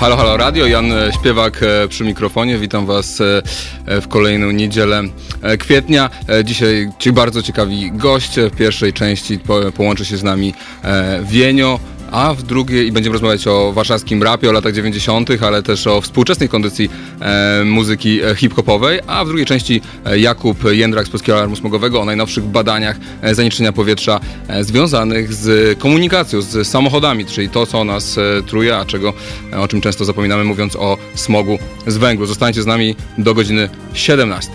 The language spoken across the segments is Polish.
Halo, halo radio, Jan Śpiewak przy mikrofonie. Witam Was w kolejną niedzielę kwietnia. Dzisiaj bardzo ciekawi goście. W pierwszej części połączy się z nami Wienio, a w drugiej i będziemy rozmawiać o warszawskim rapie, o latach 90., ale też o współczesnej kondycji muzyki hip-hopowej, a w drugiej części Jakub Jędrak z Polskiego Alarmu Smogowego o najnowszych badaniach zanieczyszczenia powietrza związanych z komunikacją, z samochodami, czyli to, co nas truje, o czym często zapominamy, mówiąc o smogu z węglu. Zostańcie z nami do godziny 17.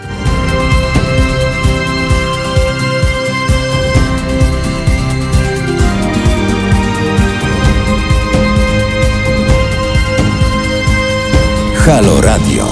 Halo Radio.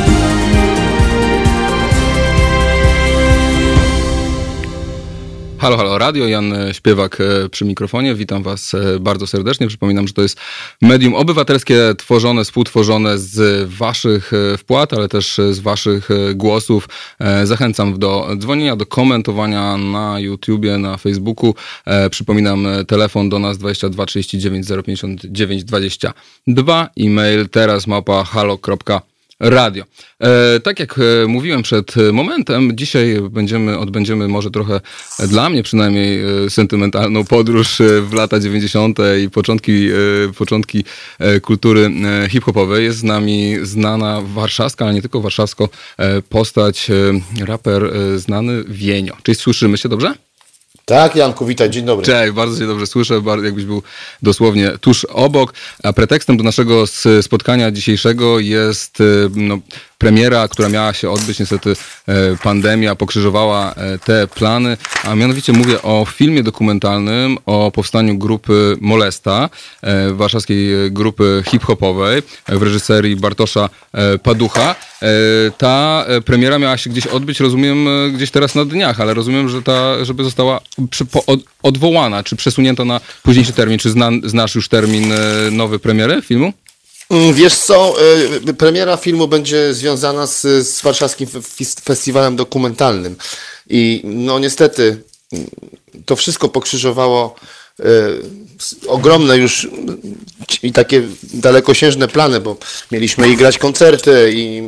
Halo, halo radio, Jan Śpiewak przy mikrofonie. Witam Was bardzo serdecznie. Przypominam, że to jest medium obywatelskie tworzone, współtworzone z Waszych wpłat, ale też z Waszych głosów. Zachęcam do dzwonienia, do komentowania na YouTubie, na Facebooku. Przypominam, telefon do nas 22 39 059 22, e-mail teraz@halo.radio. Tak jak mówiłem przed momentem, dzisiaj odbędziemy może trochę, dla mnie przynajmniej, sentymentalną podróż w lata 90. i początki kultury hip-hopowej. Jest z nami znana warszawska, ale nie tylko warszawsko postać, raper znany Wienio. Czyli słyszymy się dobrze? Tak, Janku, witaj, dzień dobry. Cześć, bardzo się dobrze słyszę, jakbyś był dosłownie tuż obok. A pretekstem do naszego spotkania dzisiejszego jest premiera, która miała się odbyć. Niestety pandemia pokrzyżowała te plany, a mianowicie mówię o filmie dokumentalnym o powstaniu grupy Molesta, warszawskiej grupy hip-hopowej w reżyserii Bartosza Paducha. Ta premiera miała się gdzieś odbyć, rozumiem, gdzieś teraz na dniach, ale rozumiem, że żeby została odwołana, czy przesunięta na późniejszy termin. Czy znasz już termin nowy premiery filmu? Wiesz co, premiera filmu będzie związana z warszawskim festiwalem dokumentalnym i no niestety to wszystko pokrzyżowało ogromne już i takie dalekosiężne plany, bo mieliśmy i grać koncerty i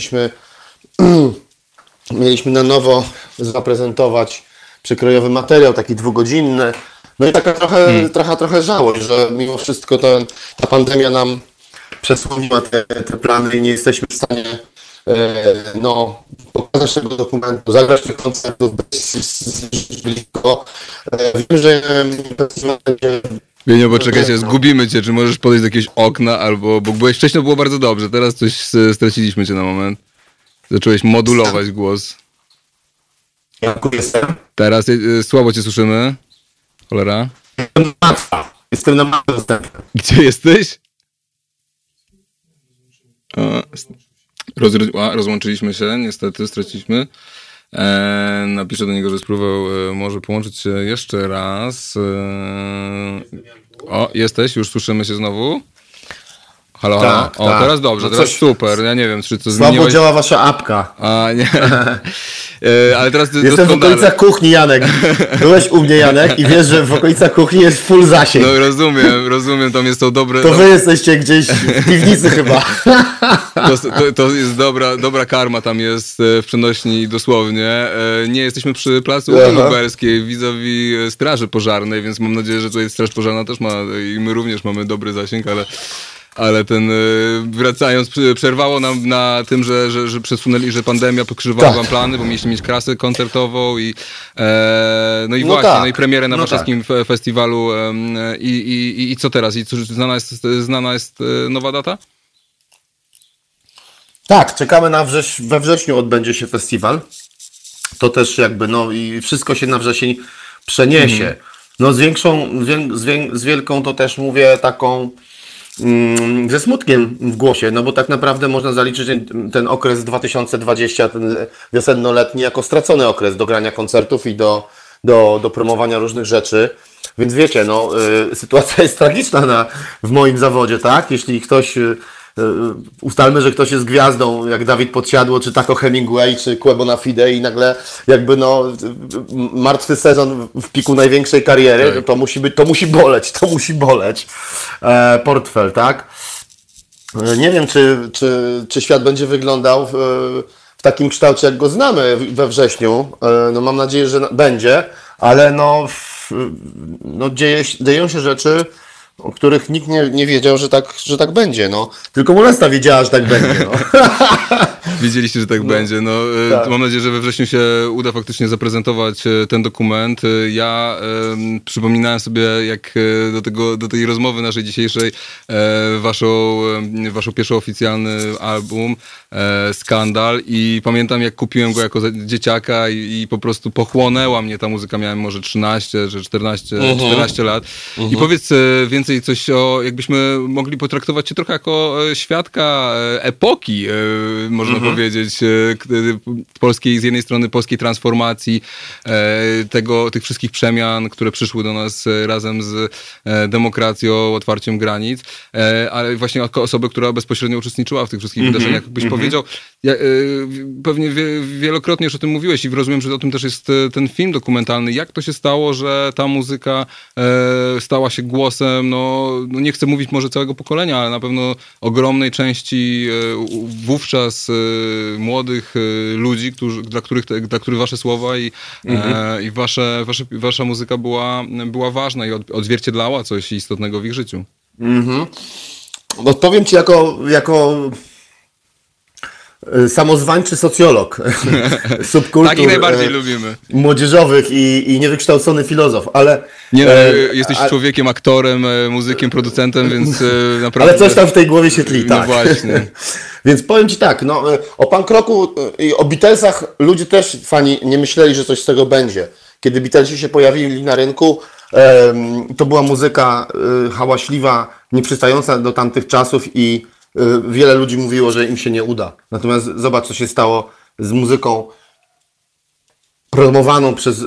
mieliśmy na nowo zaprezentować przekrojowy materiał, taki 2-godzinny. No i taka trochę żałość, że mimo wszystko ta pandemia nam przesłoniła te plany i nie jesteśmy w stanie pokazać tego dokumentu, zagrać tych koncertów blisko. Wiem, że festiwal będzie... Wienio, bo czekajcie, zgubimy Cię. Czy możesz podejść do jakiegoś okna, albo... Bo byłeś wcześniej, było bardzo dobrze, teraz coś straciliśmy Cię na moment. Zacząłeś modulować głos. Janku, jestem. Teraz słabo Cię słyszymy. Cholera. Jestem na mapie. Gdzie jesteś? Rozłączyliśmy się, niestety straciliśmy. Napiszę do niego, że spróbował może połączyć się jeszcze raz. Jesteś? Już słyszymy się znowu? Halo, halo? Tak, tak. Teraz dobrze, teraz super. Ja nie wiem, czy co zmieniłeś. Słabo działa wasza apka. Nie. Ale teraz jestem w okolicach kuchni, Janek. Byłeś u mnie, Janek, i wiesz, że w okolicach kuchni jest full zasięg. No rozumiem, tam jest to dobre... To wy jesteście gdzieś w piwnicy chyba. To jest dobra karma tam jest w przenośni dosłownie. Nie jesteśmy przy placu Lubelskiej vis-a-vis straży pożarnej, więc mam nadzieję, że tutaj straż pożarna też ma i my również mamy dobry zasięg, ale wracając, przerwało nam na tym, że przesunęli, że pandemia pokrzyżowała wam plany, bo mieliście mieć krasę koncertową i premierę na warszawskim festiwalu i co teraz? I cóż, znana jest nowa data? Tak, czekamy we wrześniu odbędzie się festiwal. To też i wszystko się na wrzesień przeniesie. No z wielką to też mówię taką ze smutkiem w głosie, no bo tak naprawdę można zaliczyć ten okres 2020, ten wiosenno-letni, jako stracony okres do grania koncertów i do promowania różnych rzeczy. Więc wiecie, sytuacja jest tragiczna w moim zawodzie, tak? Jeśli ktoś ustalmy, że ktoś jest gwiazdą, jak Dawid Podsiadło, czy Taco Hemingway, czy Quebo na Fide i nagle jakby martwy sezon w piku największej kariery, tak. to musi boleć portfel, tak? Nie wiem, czy świat będzie wyglądał w takim kształcie, jak go znamy we wrześniu. No mam nadzieję, że będzie, ale no dzieją się rzeczy, o których nikt nie wiedział, że tak będzie. No. Tylko Molesta wiedziała, że tak będzie. No. Wiedzieliście, że tak będzie. No, tak. Mam nadzieję, że we wrześniu się uda faktycznie zaprezentować ten dokument. Ja przypominałem sobie, jak do tej rozmowy naszej dzisiejszej waszą pierwszą oficjalny album Skandal i pamiętam, jak kupiłem go jako dzieciaka i po prostu pochłonęła mnie ta muzyka. Miałem może 13 czy 14 lat. I powiedz więcej coś jakbyśmy mogli potraktować cię trochę jako świadka epoki, można powiedzieć, polskiej, z jednej strony polskiej transformacji, tych wszystkich przemian, które przyszły do nas razem z demokracją, otwarciem granic, ale właśnie jako osoby, która bezpośrednio uczestniczyła w tych wszystkich wydarzeniach. Byś powiedział, pewnie wielokrotnie już o tym mówiłeś i rozumiem, że o tym też jest ten film dokumentalny. Jak to się stało, że ta muzyka stała się głosem, no nie chcę mówić może całego pokolenia, ale na pewno ogromnej części wówczas młodych ludzi, dla których wasze słowa i wasza muzyka była ważna i odzwierciedlała coś istotnego w ich życiu. Odpowiem ci jako samozwańczy socjolog subkultur Takich najbardziej lubimy. Młodzieżowych i niewykształcony filozof, ale... Jesteś człowiekiem, aktorem, muzykiem, producentem, więc naprawdę... Ale coś tam w tej głowie się tli, tak. No właśnie. Więc powiem ci tak, no, o punk rocku i o Beatlesach ludzie też, fani, nie myśleli, że coś z tego będzie. Kiedy Beatlesi się pojawili na rynku, to była muzyka hałaśliwa, nieprzystająca do tamtych czasów i wiele ludzi mówiło, że im się nie uda. Natomiast zobacz, co się stało z muzyką promowaną przez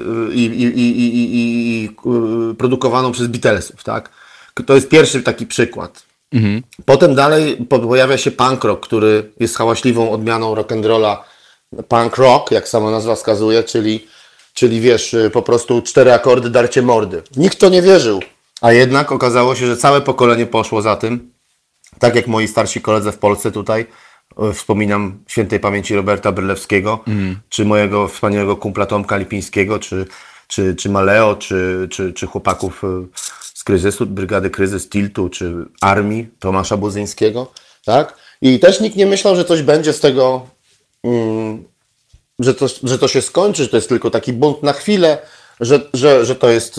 produkowaną przez Beatlesów, tak? To jest pierwszy taki przykład. Potem dalej pojawia się punk rock, który jest hałaśliwą odmianą rock'n'rolla. Punk rock, jak sama nazwa wskazuje, czyli wiesz, po prostu 4 akordy, darcie mordy. Nikt to nie wierzył, a jednak okazało się, że całe pokolenie poszło za tym. Tak jak moi starsi koledzy w Polsce tutaj, wspominam świętej pamięci Roberta Brylewskiego, czy mojego wspaniałego kumpla Tomka Lipińskiego, czy Maleo, czy chłopaków z Kryzysu, Brygady Kryzys, Tiltu, czy Armii Tomasza Buzyńskiego, tak? I też nikt nie myślał, że coś będzie z tego, że to się skończy, że to jest tylko taki bunt na chwilę, że to jest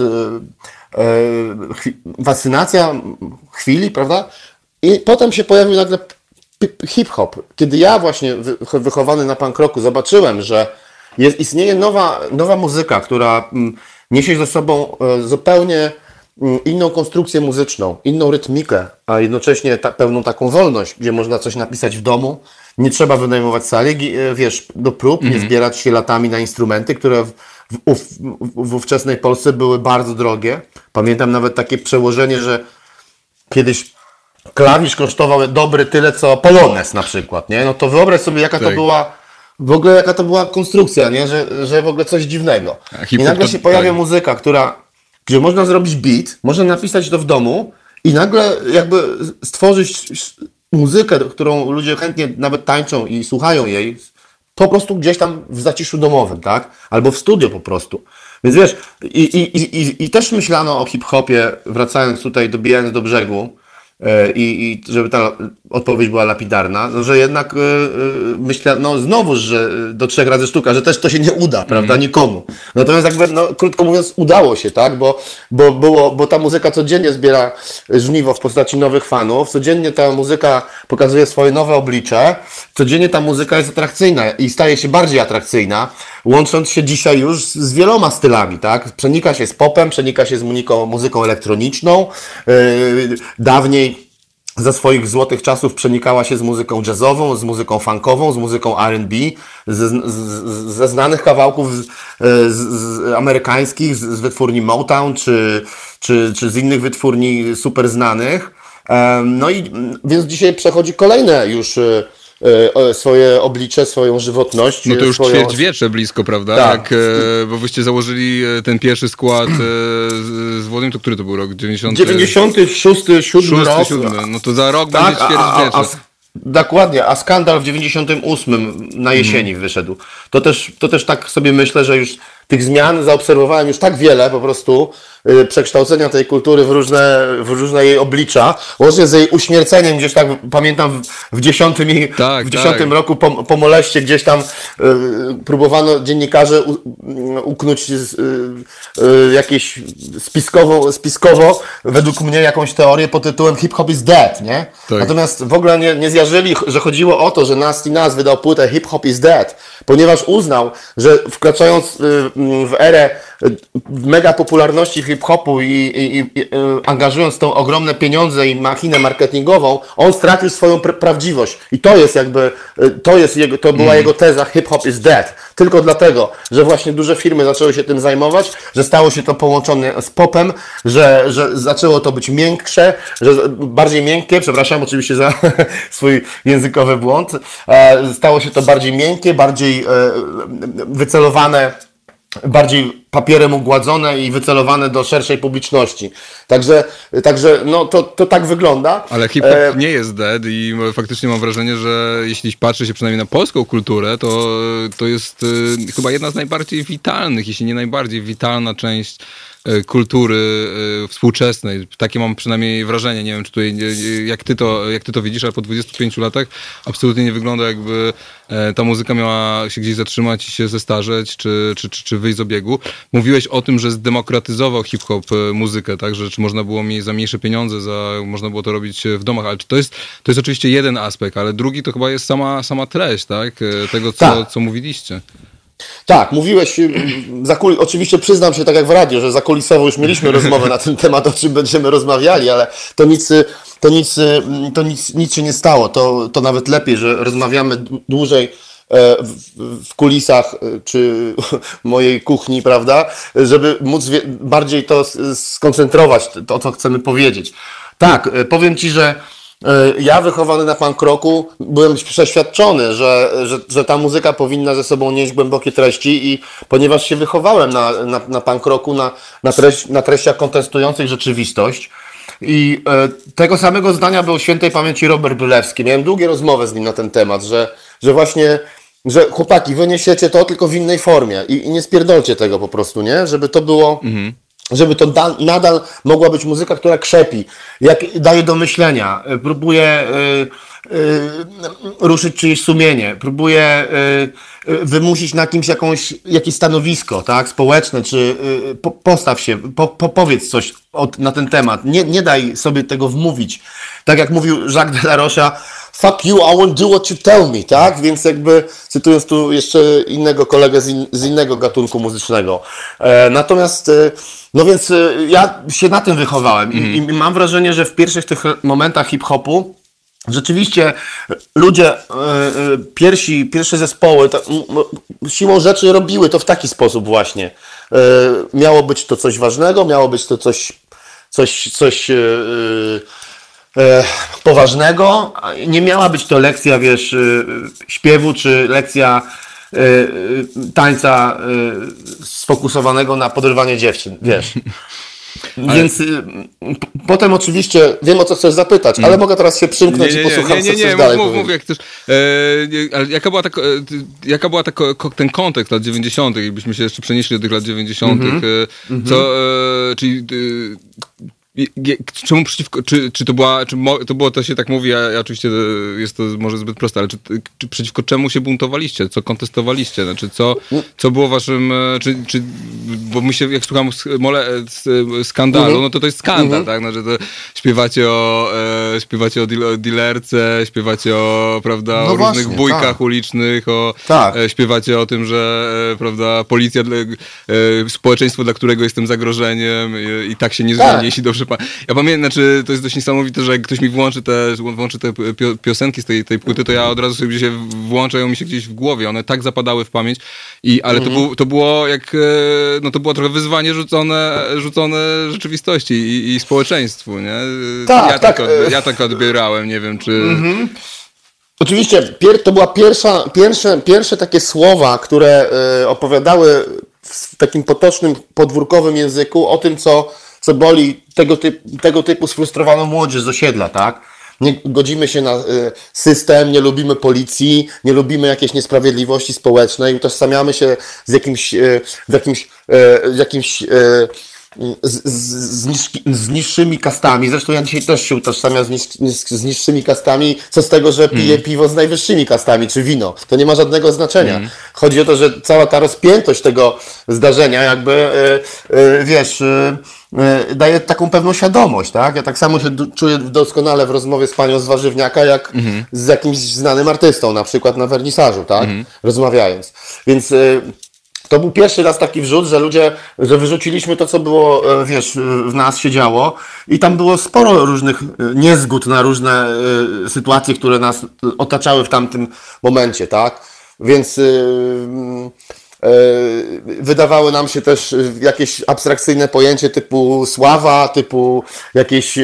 fascynacja chwili, prawda? I potem się pojawił nagle hip-hop. Kiedy ja właśnie wychowany na punk rocku zobaczyłem, że istnieje nowa muzyka, która niesie ze sobą zupełnie inną konstrukcję muzyczną, inną rytmikę, a jednocześnie pełną taką wolność, gdzie można coś napisać w domu. Nie trzeba wynajmować sali, wiesz, do prób, nie zbierać się latami na instrumenty, które w ówczesnej Polsce były bardzo drogie. Pamiętam nawet takie przełożenie, że kiedyś klawisz kosztował dobry tyle, co Polones na przykład, nie? No to wyobraź sobie, jaka to była konstrukcja, nie? Że w ogóle coś dziwnego. I nagle się pojawia muzyka, gdzie można zrobić beat, można napisać to w domu i nagle jakby stworzyć muzykę, którą ludzie chętnie nawet tańczą i słuchają jej, po prostu gdzieś tam w zaciszu domowym, tak? Albo w studio po prostu. Więc wiesz, i też myślano o hip-hopie, wracając tutaj, dobijając do brzegu, i żeby ta odpowiedź była lapidarna, no, że jednak myślę, no znowuż, że do 3 razy sztuka, że też to się nie uda, prawda, nikomu. Natomiast jakby, no, krótko mówiąc, udało się, tak, bo ta muzyka codziennie zbiera żniwo w postaci nowych fanów, codziennie ta muzyka pokazuje swoje nowe oblicze, codziennie ta muzyka jest atrakcyjna i staje się bardziej atrakcyjna, łącząc się dzisiaj już z wieloma stylami, tak, przenika się z popem, przenika się z muzyką elektroniczną, dawniej za swoich złotych czasów przenikała się z muzyką jazzową, z muzyką funkową, z muzyką R&B, ze znanych kawałków amerykańskich, z wytwórni Motown, czy z innych wytwórni super znanych. No i więc dzisiaj przechodzi kolejne już swoje oblicze, swoją żywotność. No to już swoją... ćwierćwiecze blisko, prawda? Tak. Jak, bo wyście założyli ten pierwszy skład z Włodem, to który to był rok? 96, 7 rok. 7. No to za rok Tak, będzie ćwierćwiecze. Dokładnie, a Skandal w 98 na jesieni wyszedł. To też tak sobie myślę, że już tych zmian zaobserwowałem już tak wiele po prostu, przekształcenia tej kultury w różne jej oblicza, łącznie z jej uśmierceniem gdzieś tak, pamiętam w 10 roku po moleście gdzieś tam próbowano dziennikarze uknąć jakieś spiskowo według mnie jakąś teorię pod tytułem Hip Hop is Dead, nie? Tak. Natomiast w ogóle nie zjarzyli, że chodziło o to, że Nasty Nas wydał płytę Hip Hop is Dead, ponieważ uznał, że wkraczając w erę mega popularności hip-hopu i angażując tą ogromne pieniądze i machinę marketingową, on stracił swoją prawdziwość. I to jest jakby, to była jego teza hip-hop is dead. Tylko dlatego, że właśnie duże firmy zaczęły się tym zajmować, że stało się to połączone z popem, że zaczęło to być miększe, że bardziej miękkie, przepraszam oczywiście za swój językowy błąd, stało się to bardziej miękkie, bardziej wycelowane, bardziej papierem ugładzone i wycelowane do szerszej publiczności. Także no to tak wygląda. Ale hip-hop nie jest dead i faktycznie mam wrażenie, że jeśli patrzy się przynajmniej na polską kulturę, to jest chyba jedna z najbardziej witalnych, jeśli nie najbardziej witalna część kultury współczesnej. Takie mam przynajmniej wrażenie. Nie wiem, czy tutaj, jak ty to widzisz, ale po 25 latach absolutnie nie wygląda, jakby ta muzyka miała się gdzieś zatrzymać i się zestarzeć, czy wyjść z obiegu. Mówiłeś o tym, że zdemokratyzował hip-hop muzykę, tak? Że czy można było mieć za mniejsze pieniądze, można było to robić w domach, ale to jest oczywiście jeden aspekt, ale drugi to chyba jest sama treść, tak? Tego, co mówiliście. Tak, mówiłeś, oczywiście przyznam się tak jak w radiu, że zakulisowo już mieliśmy rozmowę na ten temat, o czym będziemy rozmawiali, ale nic się nie stało. To nawet lepiej, że rozmawiamy dłużej w kulisach czy mojej kuchni, prawda, żeby móc bardziej to skoncentrować, to co chcemy powiedzieć. Tak, powiem Ci, że ja wychowany na punk rocku byłem przeświadczony, że ta muzyka powinna ze sobą nieść głębokie treści i ponieważ się wychowałem na punk rocku, na treściach kontestujących rzeczywistość i tego samego zdania był świętej pamięci Robert Brylewski. Miałem długie rozmowy z nim na ten temat, że właśnie, że chłopaki, wy niesiecie to tylko w innej formie i nie spierdolcie tego po prostu, nie? Żeby to było... Żeby to nadal mogła być muzyka, która krzepi, jak daje do myślenia, próbuje ruszyć czyjeś sumienie, próbuje wymusić na kimś jakieś stanowisko, tak, społeczne, czy postaw się, powiedz coś na ten temat, nie daj sobie tego wmówić. Tak jak mówił Jacques de la Rocha, fuck you, I won't do what you tell me, tak? Więc jakby cytując tu jeszcze innego kolegę z innego gatunku muzycznego. Natomiast, no więc ja się na tym wychowałem i mam wrażenie, że w pierwszych tych momentach hip-hopu rzeczywiście ludzie, pierwsze zespoły siłą rzeczy robiły to w taki sposób właśnie. Miało być to coś ważnego, miało być to coś poważnego. Nie miała być to lekcja, wiesz, śpiewu, czy lekcja tańca sfokusowanego na podrywanie dziewczyn, wiesz. Więc potem oczywiście wiem, o co chcesz zapytać, ale mogę teraz się przymknąć i posłucham, co chcesz dalej powiedzieć. Mów jak chcesz. Ale jaka była ten kontekst lat 90., jakbyśmy się jeszcze przenieśli do tych lat 90., czyli... Czemu przeciwko, czy to było, to się tak mówi, a oczywiście jest to może zbyt proste, ale czy przeciwko czemu się buntowaliście, co kontestowaliście, znaczy co było waszym, bo my się, jak słucham skandalu, no to jest skandal, tak, znaczy to śpiewacie o dealerce, śpiewacie o, prawda, o różnych bójkach ulicznych, śpiewacie o tym, że, prawda, policja, społeczeństwo, dla którego jestem zagrożeniem i tak się nie zmieni, jeśli dobrze. Ja pamiętam, znaczy to jest dość niesamowite, że jak ktoś mi włączy te piosenki z tej płyty, to ja od razu sobie się włączają mi się gdzieś w głowie. One tak zapadały w pamięć, ale to było jak, no to było trochę wyzwanie rzucone rzeczywistości i społeczeństwu, nie? Ja tak odbierałem, nie wiem czy... Oczywiście to była pierwsze takie słowa, które opowiadały w takim potocznym, podwórkowym języku o tym, co boli tego typu sfrustrowaną młodzież z osiedla, tak? Nie godzimy się na system, nie lubimy policji, nie lubimy jakiejś niesprawiedliwości społecznej, utożsamiamy się z niższymi kastami. Zresztą ja dzisiaj też się utożsamiam z niższymi kastami. Co z tego, że piję piwo z najwyższymi kastami, czy wino. To nie ma żadnego znaczenia. Chodzi o to, że cała ta rozpiętość tego zdarzenia jakby, daje taką pewną świadomość, tak? Ja tak samo się czuję doskonale w rozmowie z panią z Warzywniaka, jak z jakimś znanym artystą, na przykład na wernisażu, tak? Rozmawiając. Więc to był pierwszy raz taki wrzut, że wyrzuciliśmy to, co było, w nas się działo i tam było sporo różnych niezgód na różne sytuacje, które nas otaczały w tamtym momencie, tak? Więc wydawały nam się też jakieś abstrakcyjne pojęcie typu sława, typu jakieś,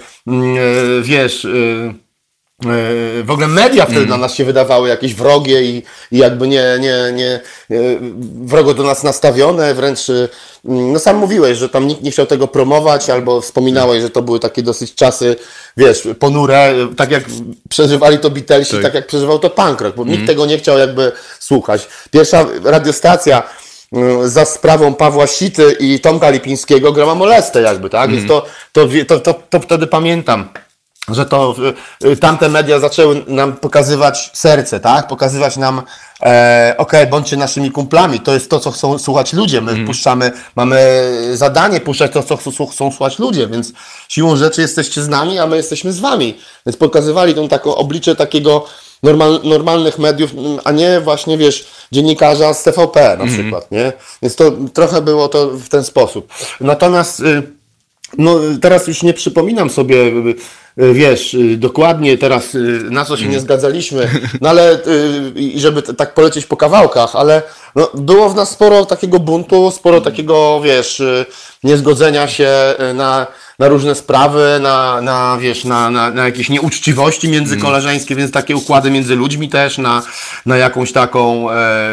w ogóle media wtedy na nas się wydawały jakieś wrogie i jakby nie wrogo do nas nastawione, wręcz no sam mówiłeś, że tam nikt nie chciał tego promować, albo wspominałeś, że to były takie dosyć czasy, ponure, tak jak przeżywali to Beatlesi, tak jak przeżywał to punk rock, bo nikt tego nie chciał jakby słuchać. Pierwsza radiostacja za sprawą Pawła Sity i Tomka Lipińskiego grała Molestę jakby, tak? Więc to wtedy pamiętam, że to tamte media zaczęły nam pokazywać serce, tak? Pokazywać nam, bądźcie naszymi kumplami, to jest to, co chcą słuchać ludzie. My puszczamy, mamy zadanie puszczać to, co chcą słuchać ludzie, więc siłą rzeczy jesteście z nami, a my jesteśmy z wami. Więc pokazywali tą taką oblicze takiego normalnych mediów, a nie właśnie, dziennikarza z TVP na przykład, nie? Więc to trochę było to w ten sposób. Natomiast teraz już nie przypominam sobie, dokładnie teraz na co się nie zgadzaliśmy, no ale żeby tak polecieć po kawałkach, ale było w nas sporo takiego buntu, sporo takiego, niezgodzenia się na różne sprawy, na jakieś nieuczciwości międzykoleżeńskie, więc takie układy między ludźmi też, na jakąś taką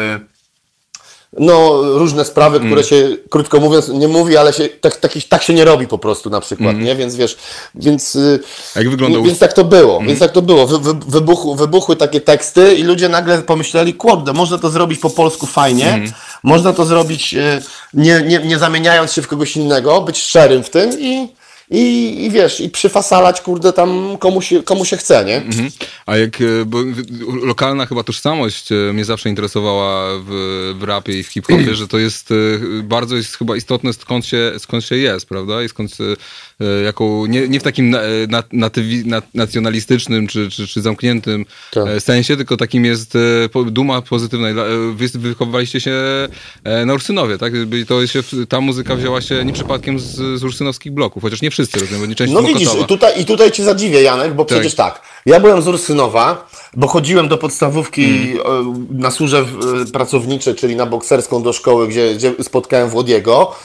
różne sprawy, które się, krótko mówiąc, nie mówi, ale się, tak się nie robi po prostu na przykład, nie? Więc jak wyglądał... Więc tak to było, wybuchły takie teksty i ludzie nagle pomyśleli, kurde, można to zrobić po polsku fajnie, można to zrobić nie zamieniając się w kogoś innego, być szczerym w tym i przyfasalać, kurde, tam komu się chce, nie? A bo lokalna chyba tożsamość mnie zawsze interesowała w rapie i w hip-hopie, że to jest bardzo chyba istotne, skąd się jest, prawda? I skąd nie w takim nacjonalistycznym czy zamkniętym sensie, tylko takim jest duma pozytywna. Wy wychowywaliście się na Ursynowie, tak? Ta muzyka wzięła się nie przypadkiem z ursynowskich bloków, chociaż nie wszyscy, rozumiem, bo nie część widzisz, tutaj cię zadziwię, Janek, bo przecież ja byłem z Ursynowa, bo chodziłem do podstawówki na służeb pracowniczy, czyli na bokserską do szkoły, gdzie spotkałem Włodiego.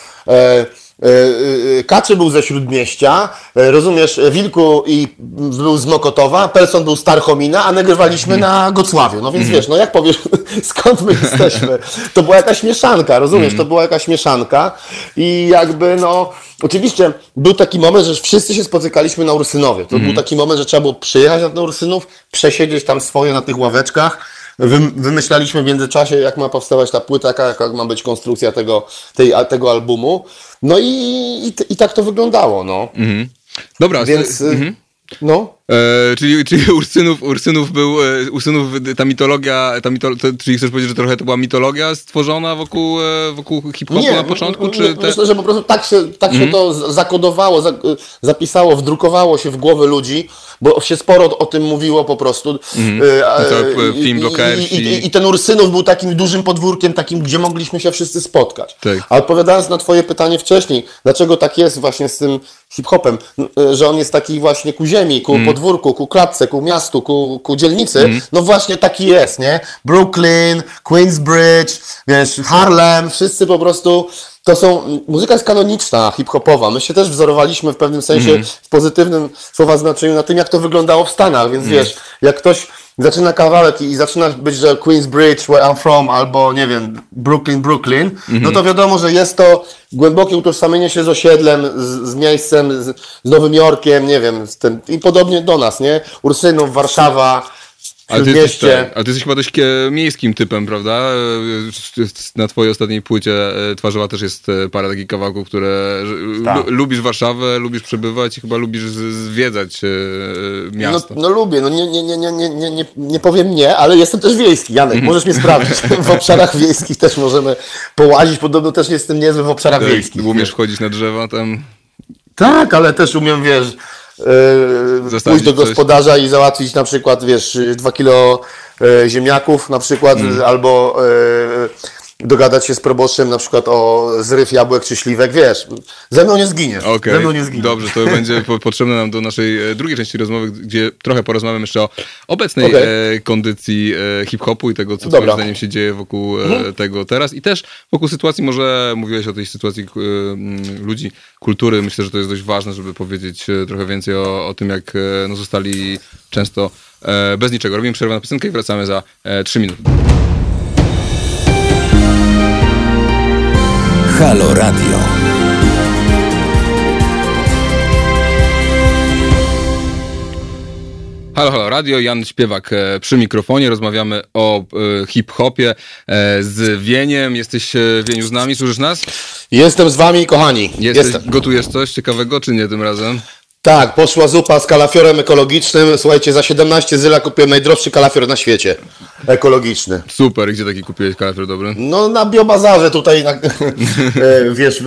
Kaczy był ze Śródmieścia, rozumiesz, Wilku był z Mokotowa, Pelson był z Tarchomina, a nagrywaliśmy na Gocławiu. No więc jak powiesz, skąd my jesteśmy? To była jakaś mieszanka, rozumiesz? To była jakaś mieszanka i jakby oczywiście był taki moment, że wszyscy się spotykaliśmy na Ursynowie. To był taki moment, że trzeba było przyjechać na ten Ursynów, przesiedzieć tam swoje na tych ławeczkach. Wymyślaliśmy w międzyczasie, jak ma powstawać ta płyta, jaka ma być konstrukcja tego albumu. No i tak to wyglądało, Dobra, więc czyli Ursynów był, ta mitologia, czyli chcesz powiedzieć, że trochę to była mitologia stworzona wokół hip-hopu na początku? Myślę, że po prostu tak się to zakodowało, zapisało, wdrukowało się w głowy ludzi, bo się sporo o tym mówiło po prostu. Film Blokersi. I ten Ursynów był takim dużym podwórkiem, takim, gdzie mogliśmy się wszyscy spotkać. Tak. A odpowiadając na twoje pytanie wcześniej, dlaczego tak jest właśnie z tym hip-hopem, że on jest taki właśnie ku ziemi, ku podwórku, ku klatce, ku miastu, ku dzielnicy, no właśnie taki jest, nie? Brooklyn, Queensbridge, Harlem, wszyscy po prostu, muzyka jest kanoniczna, hip-hopowa. My się też wzorowaliśmy w pewnym sensie, w pozytywnym słowa znaczeniu, na tym, jak to wyglądało w Stanach, więc jak ktoś zaczyna kawałek i zaczyna być, że Queensbridge, where I'm from, albo nie wiem, Brooklyn, no to wiadomo, że jest to głębokie utożsamienie się z osiedlem, z miejscem, z Nowym Jorkiem, nie wiem, i podobnie do nas, nie? Ursynów, Warszawa, Ale ty jesteś chyba dość miejskim typem, prawda? Na twojej ostatniej płycie Twarzowa też jest parę takich kawałków, które lubisz Warszawę, lubisz przebywać i chyba lubisz zwiedzać miasto. No lubię, no nie powiem nie, ale jestem też wiejski, Janek, możesz mnie sprawdzić. W obszarach wiejskich też możemy połazić, podobno też jestem niezły w obszarach wiejskich. Umiesz wchodzić na drzewa tam? Tak, ale też umiem, wiesz, pójść do gospodarza i załatwić na przykład, wiesz, 2 kilo ziemniaków na przykład, albo dogadać się z proboszczem na przykład o zryw jabłek czy śliwek, wiesz, ze mną nie zginiesz. Okej, dobrze, to będzie potrzebne nam do naszej drugiej części rozmowy, gdzie trochę porozmawiamy jeszcze o obecnej kondycji hip-hopu i tego, co twoim zdaniem się dzieje wokół tego teraz i też wokół sytuacji, może mówiłeś o tej sytuacji ludzi kultury, myślę, że to jest dość ważne, żeby powiedzieć trochę więcej o tym, jak zostali często bez niczego. Robimy przerwę na piosenkę i wracamy za 3 minuty. Halo Radio. Halo Radio, Jan Śpiewak przy mikrofonie. Rozmawiamy o hip-hopie z Wieniem. Jesteś, Wieniu, z nami? Słyszysz nas? Jestem z wami, kochani. Gotujesz coś ciekawego, czy nie tym razem? Tak, poszła zupa z kalafiorem ekologicznym. Słuchajcie, za 17 zyla kupiłem najdroższy kalafior na świecie. Ekologiczny. Super, gdzie taki kupiłeś kalafior dobry? No na biobazarze tutaj, wiesz,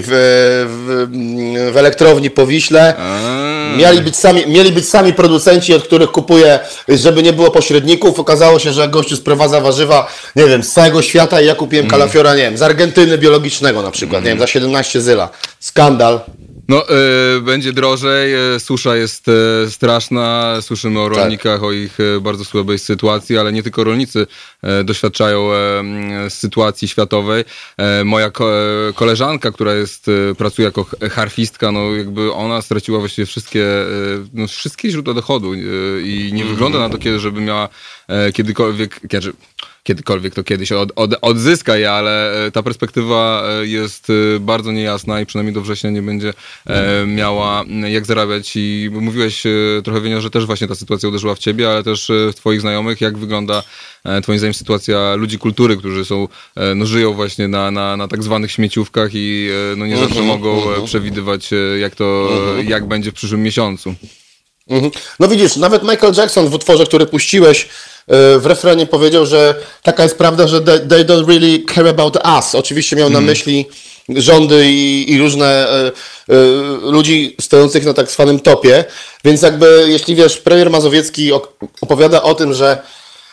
w elektrowni po Wiśle. Mieli być sami producenci, od których kupuję, żeby nie było pośredników. Okazało się, że gościu sprowadza warzywa, nie wiem, z całego świata i ja kupiłem kalafiora, nie wiem, z Argentyny biologicznego na przykład, nie wiem, za 17 zyla. Skandal. No, będzie drożej, susza jest straszna, słyszymy o rolnikach, o ich bardzo słabej sytuacji, ale nie tylko rolnicy doświadczają sytuacji światowej. Moja koleżanka, która pracuje jako harfistka, no jakby ona straciła właściwie wszystkie źródła dochodu i nie wygląda na to, żeby miała kiedykolwiek to kiedyś odzyska je, ale ta perspektywa jest bardzo niejasna i przynajmniej do września nie będzie miała jak zarabiać i mówiłeś trochę, Wienio, że też właśnie ta sytuacja uderzyła w ciebie, ale też w twoich znajomych. Jak wygląda twoim zdaniem sytuacja ludzi kultury, którzy żyją właśnie na tak zwanych śmieciówkach i nie zawsze mogą przewidywać jak będzie w przyszłym miesiącu? No widzisz, nawet Michael Jackson w utworze, który puściłeś, w refrenie powiedział, że taka jest prawda, że they don't really care about us. Oczywiście miał na myśli rządy i różne ludzi stojących na tak zwanym topie, więc jakby, jeśli wiesz, premier Mazowiecki opowiada o tym, że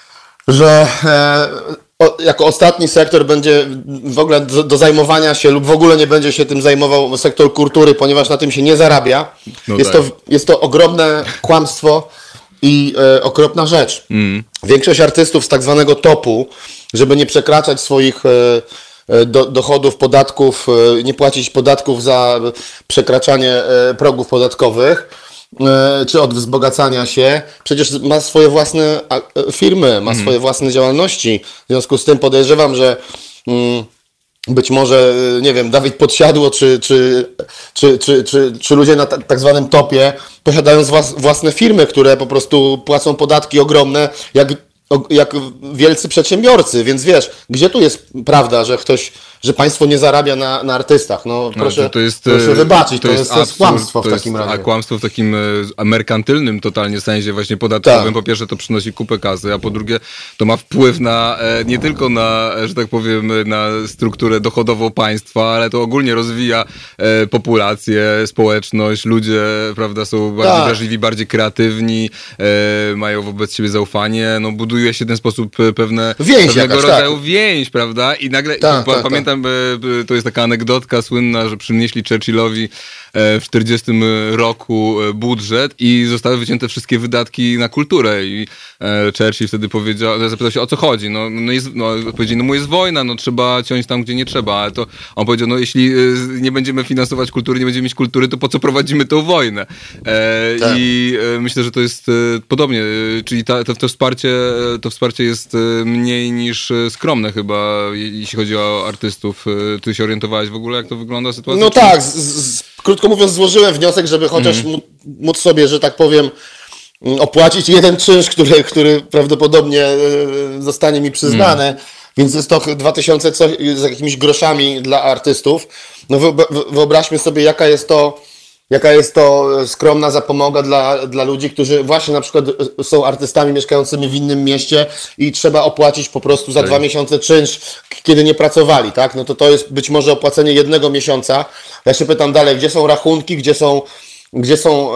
jako ostatni sektor będzie w ogóle do zajmowania się lub w ogóle nie będzie się tym zajmował sektor kultury, ponieważ na tym się nie zarabia. Jest to ogromne kłamstwo i okropna rzecz. Większość artystów z tak zwanego topu, żeby nie przekraczać swoich dochodów, podatków, nie płacić podatków za przekraczanie progów podatkowych, czy od wzbogacania się, przecież ma swoje własne firmy, ma swoje własne działalności. W związku z tym podejrzewam, że być może, nie wiem, Dawid Podsiadło, czy ludzie na tak zwanym topie posiadają własne firmy, które po prostu płacą podatki ogromne, jak wielcy przedsiębiorcy, więc wiesz, gdzie tu jest prawda, że państwo nie zarabia na artystach? No proszę, proszę wybaczyć, to jest kłamstwo w takim razie. A kłamstwo w takim merkantylnym totalnie sensie właśnie podatkowym. Tak. Po pierwsze to przynosi kupę kasy, a po drugie to ma wpływ nie tylko na, że tak powiem, na strukturę dochodową państwa, ale to ogólnie rozwija populację, społeczność, ludzie, prawda, są bardziej wrażliwi, bardziej kreatywni, mają wobec siebie zaufanie, buduje się w ten sposób pewnego rodzaju więź, prawda? I nagle pamiętam pamiętam, to jest taka anegdotka słynna, że przynieśli Churchillowi w 40 roku budżet i zostały wycięte wszystkie wydatki na kulturę i Churchill wtedy zapytał się, o co chodzi, powiedzieli, no mu jest wojna, no trzeba ciąć tam, gdzie nie trzeba, ale to on powiedział, no jeśli nie będziemy finansować kultury, nie będziemy mieć kultury, to po co prowadzimy tą wojnę? Tak. I myślę, że to jest podobnie, czyli to wsparcie jest mniej niż skromne chyba, jeśli chodzi o artystów. Ty się orientowałeś w ogóle, jak to wygląda sytuacja? No tak, krótko mówiąc złożyłem wniosek, żeby chociaż móc sobie, że tak powiem, opłacić jeden czynsz, który prawdopodobnie zostanie mi przyznany, więc jest to 2000 z jakimiś groszami dla artystów. No wyobraźmy sobie, jaka jest to skromna zapomoga dla ludzi, którzy właśnie na przykład są artystami mieszkającymi w innym mieście i trzeba opłacić po prostu za 2 miesiące czynsz, kiedy nie pracowali, tak? No to jest być może opłacenie 1 miesiąca. Ja się pytam dalej, gdzie są rachunki, gdzie są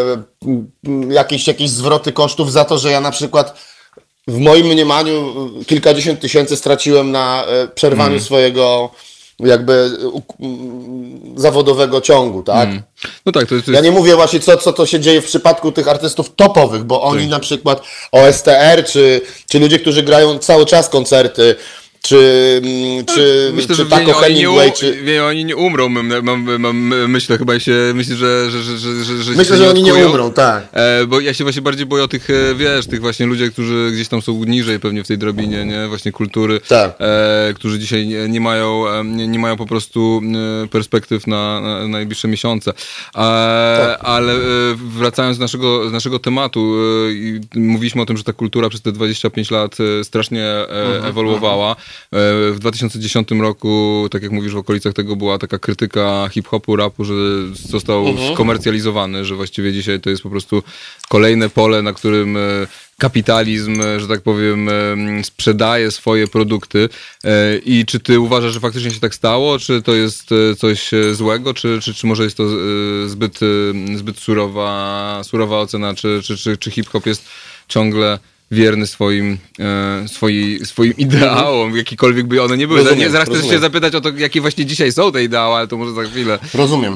jakieś zwroty kosztów za to, że ja na przykład w moim mniemaniu kilkadziesiąt tysięcy straciłem na przerwaniu swojego jakby zawodowego ciągu, tak? No tak, to jest... Ja nie mówię właśnie, co to się dzieje w przypadku tych artystów topowych, bo oni na przykład OSTR, czy ludzie, którzy grają cały czas koncerty, czy myślę, że Taco Hemingway, oni nie umrą, myślę, chyba że myślę, że oni nie umrą, tak. Bo ja się właśnie bardziej boję o tych, tych właśnie ludzie, którzy gdzieś tam są niżej pewnie w tej drabinie, nie? Właśnie kultury, tak. Którzy dzisiaj nie mają po prostu perspektyw na najbliższe miesiące. Tak. Ale wracając z naszego tematu, mówiliśmy o tym, że ta kultura przez te 25 lat strasznie ewoluowała. W 2010 roku, tak jak mówisz, w okolicach tego była taka krytyka hip-hopu, rapu, że został skomercjalizowany, że właściwie dzisiaj to jest po prostu kolejne pole, na którym kapitalizm, że tak powiem, sprzedaje swoje produkty. I czy ty uważasz, że faktycznie się tak stało? Czy to jest coś złego? Czy może jest to zbyt surowa ocena? Czy hip-hop jest ciągle wierny swoim ideałom, jakikolwiek by one nie były. Zaraz chcę się zapytać o to, jakie właśnie dzisiaj są te ideały, ale to może za chwilę. Rozumiem.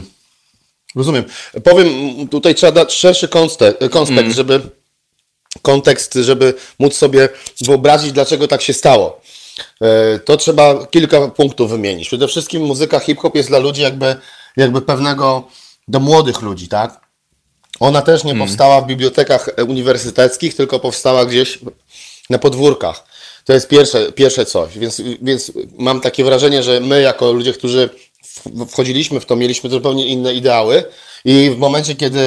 Powiem, tutaj trzeba dać szerszy kontekst, żeby móc sobie wyobrazić, dlaczego tak się stało. To trzeba kilka punktów wymienić. Przede wszystkim muzyka hip-hop jest dla ludzi jakby pewnego, do młodych ludzi, tak? Ona też nie powstała w bibliotekach uniwersyteckich, tylko powstała gdzieś na podwórkach. To jest pierwsze coś. Więc mam takie wrażenie, że my jako ludzie, którzy wchodziliśmy w to, mieliśmy zupełnie inne ideały i w momencie, kiedy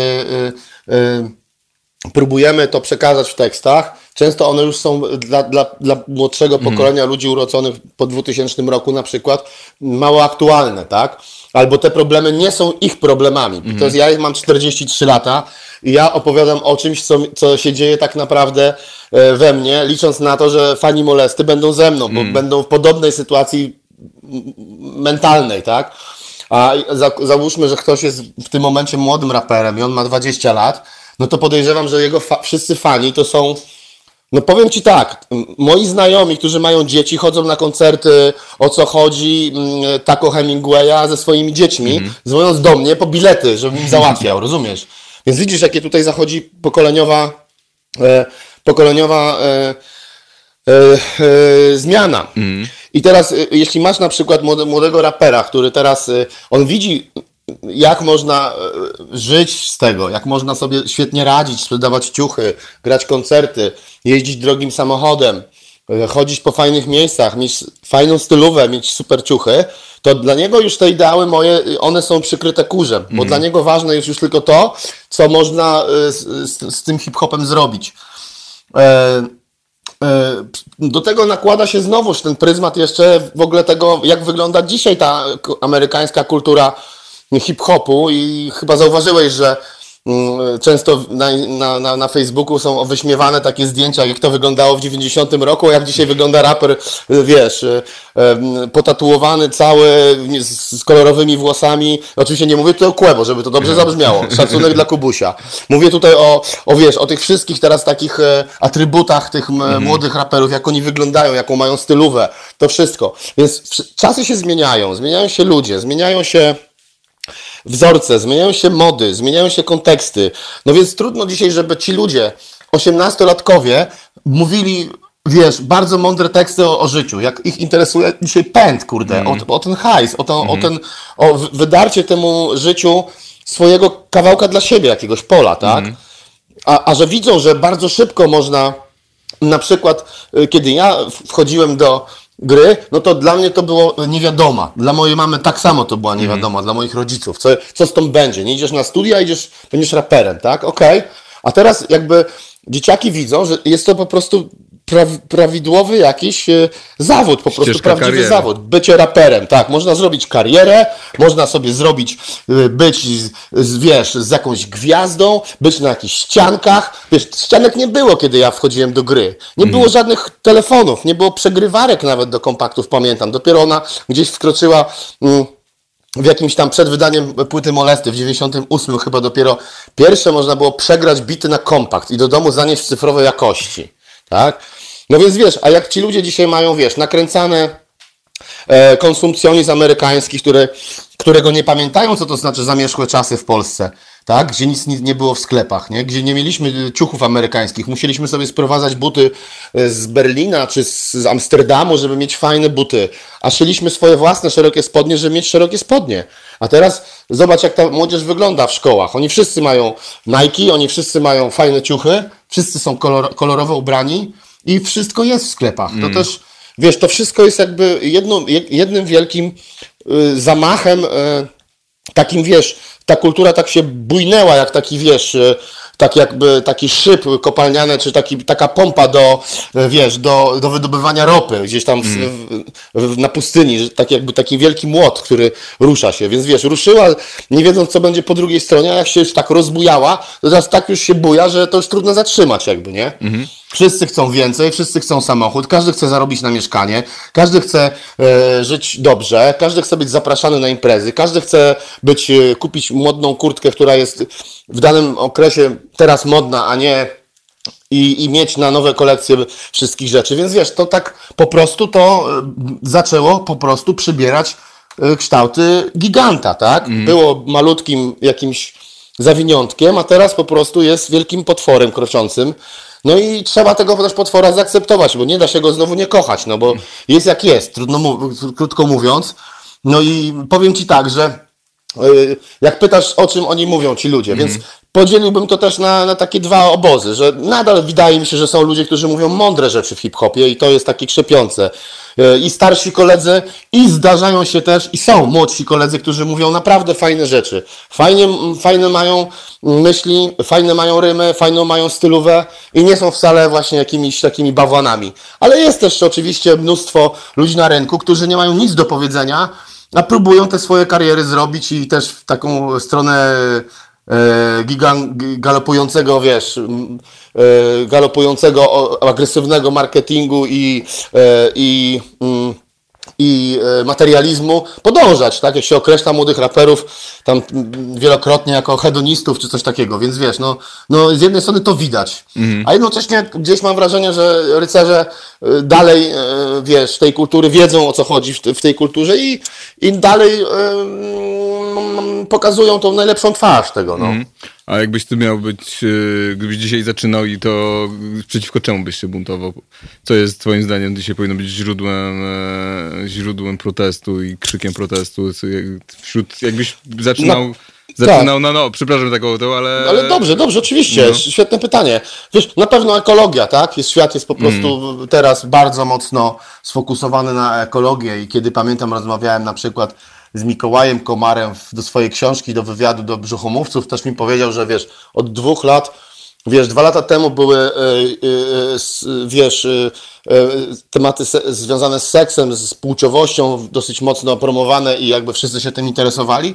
próbujemy to przekazać w tekstach, często one już są dla młodszego pokolenia ludzi urodzonych po 2000 roku na przykład mało aktualne, tak? Albo te problemy nie są ich problemami. To jest, ja mam 43 lata i ja opowiadam o czymś, co się dzieje tak naprawdę we mnie, licząc na to, że fani molesty będą ze mną, bo będą w podobnej sytuacji mentalnej, tak? A załóżmy, że ktoś jest w tym momencie młodym raperem i on ma 20 lat, no to podejrzewam, że jego wszyscy fani to są... No powiem Ci tak, moi znajomi, którzy mają dzieci, chodzą na koncerty O co chodzi, Taco Hemingwaya ze swoimi dziećmi, dzwoniąc do mnie po bilety, żebym im załatwiał, rozumiesz? Więc widzisz, jakie tutaj zachodzi pokoleniowa zmiana. I teraz, jeśli masz na przykład młodego rapera, który teraz, on widzi, jak można żyć z tego, jak można sobie świetnie radzić, sprzedawać ciuchy, grać koncerty, jeździć drogim samochodem, chodzić po fajnych miejscach, mieć fajną stylówę, mieć super ciuchy, to dla niego już te ideały moje, one są przykryte kurzem, bo dla niego ważne jest już tylko to, co można z tym hip-hopem zrobić. Do tego nakłada się znowuż ten pryzmat jeszcze w ogóle tego, jak wygląda dzisiaj ta amerykańska kultura hip-hopu i chyba zauważyłeś, że często na Facebooku są wyśmiewane takie zdjęcia, jak to wyglądało w 90 roku, a jak dzisiaj wygląda raper, wiesz, potatuowany cały, z kolorowymi włosami. Oczywiście nie mówię tutaj o Quebo, żeby to dobrze zabrzmiało. Szacunek dla Kubusia. Mówię tutaj wiesz, o tych wszystkich teraz takich atrybutach tych młodych raperów, jak oni wyglądają, jaką mają stylówę, to wszystko. Więc czasy się zmieniają się ludzie, zmieniają się wzorce, zmieniają się mody, zmieniają się konteksty. No więc trudno dzisiaj, żeby ci ludzie, 18-latkowie, mówili, wiesz, bardzo mądre teksty o życiu. Jak ich interesuje dzisiaj pęd, kurde, o ten hajs, o wydarcie temu życiu swojego kawałka dla siebie, jakiegoś pola, tak? A że widzą, że bardzo szybko można, na przykład, kiedy ja wchodziłem do gry, no to dla mnie to było niewiadoma. Dla mojej mamy tak samo to była niewiadoma, dla moich rodziców. Co z tą będzie? Nie idziesz na studia, będziesz raperem, tak? Okej. A teraz jakby dzieciaki widzą, że jest to po prostu prawidłowy jakiś zawód, po prostu prawdziwy kariery. Zawód. Bycie raperem, tak. Można zrobić karierę, można sobie być, wiesz, z jakąś gwiazdą, być na jakichś ściankach. Wiesz, ścianek nie było, kiedy ja wchodziłem do gry. Nie było żadnych telefonów, nie było przegrywarek nawet do kompaktów, pamiętam. Dopiero ona gdzieś wkroczyła w jakimś tam przed wydaniem płyty Molesty w 98 chyba dopiero pierwsze można było przegrać bity na kompakt i do domu zanieść w cyfrowej jakości. Tak? No więc wiesz, a jak ci ludzie dzisiaj mają, wiesz, nakręcane konsumpcjonizm amerykański, którego nie pamiętają, co to znaczy zamierzchłe czasy w Polsce, tak? Gdzie nic nie było w sklepach, nie? Gdzie nie mieliśmy ciuchów amerykańskich, musieliśmy sobie sprowadzać buty z Berlina czy z Amsterdamu, żeby mieć fajne buty, a szyliśmy swoje własne szerokie spodnie, żeby mieć szerokie spodnie. A teraz zobacz, jak ta młodzież wygląda w szkołach. Oni wszyscy mają Nike, oni wszyscy mają fajne ciuchy, wszyscy są kolorowo ubrani i wszystko jest w sklepach. To też, wiesz, to wszystko jest jakby jednym wielkim zamachem, takim, wiesz, ta kultura tak się bujnęła, jak taki, wiesz, tak jakby taki szyb kopalniany, czy taka pompa do wydobywania ropy, gdzieś tam na pustyni, tak jakby taki wielki młot, który rusza się, więc wiesz, ruszyła, nie wiedząc, co będzie po drugiej stronie, a jak się już tak rozbujała, to teraz tak już się buja, że to już trudno zatrzymać jakby, nie? Wszyscy chcą więcej, wszyscy chcą samochód, każdy chce zarobić na mieszkanie, każdy chce żyć dobrze, każdy chce być zapraszany na imprezy, każdy chce kupić modną kurtkę, która jest w danym okresie teraz modna, a nie i mieć na nowe kolekcje wszystkich rzeczy. Więc wiesz, to tak po prostu to zaczęło po prostu przybierać kształty giganta, tak? Było malutkim jakimś zawiniątkiem, a teraz po prostu jest wielkim potworem kroczącym. No i trzeba tego też potwora zaakceptować, bo nie da się go znowu nie kochać, no bo jest jak jest, krótko mówiąc. No i powiem Ci tak, że jak pytasz, o czym oni mówią, ci ludzie, więc podzieliłbym to też na takie dwa obozy, że nadal wydaje mi się, że są ludzie, którzy mówią mądre rzeczy w hip-hopie i to jest takie krzepiące. I starsi koledzy, i zdarzają się też, i są młodsi koledzy, którzy mówią naprawdę fajne rzeczy. Fajne mają myśli, fajne mają rymy, fajną mają stylówę i nie są wcale właśnie jakimiś takimi bałwanami. Ale jest też oczywiście mnóstwo ludzi na rynku, którzy nie mają nic do powiedzenia, a próbują te swoje kariery zrobić i też w taką stronę galopującego, wiesz, galopującego agresywnego marketingu i materializmu podążać, tak? Jak się określa młodych raperów tam wielokrotnie jako hedonistów czy coś takiego, więc wiesz, no z jednej strony to widać, a jednocześnie gdzieś mam wrażenie, że rycerze dalej, wiesz, tej kultury wiedzą, o co chodzi w tej kulturze i dalej pokazują tą najlepszą twarz tego, no. A jakbyś ty miał być, gdybyś dzisiaj zaczynał i to przeciwko czemu byś się buntował? Co jest twoim zdaniem dzisiaj powinno być źródłem protestu i krzykiem protestu? Jakbyś zaczynał... przepraszam taką to, ale... Ale dobrze, oczywiście, świetne pytanie. Wiesz, na pewno ekologia, tak? Świat jest po prostu teraz bardzo mocno sfokusowany na ekologię i kiedy pamiętam, rozmawiałem na przykład z Mikołajem Komarem do swojej książki, do wywiadu do Brzuchomówców, też mi powiedział, że wiesz, od 2 lat, wiesz, 2 lata temu były, wiesz, tematy związane z seksem, z płciowością dosyć mocno promowane i jakby wszyscy się tym interesowali.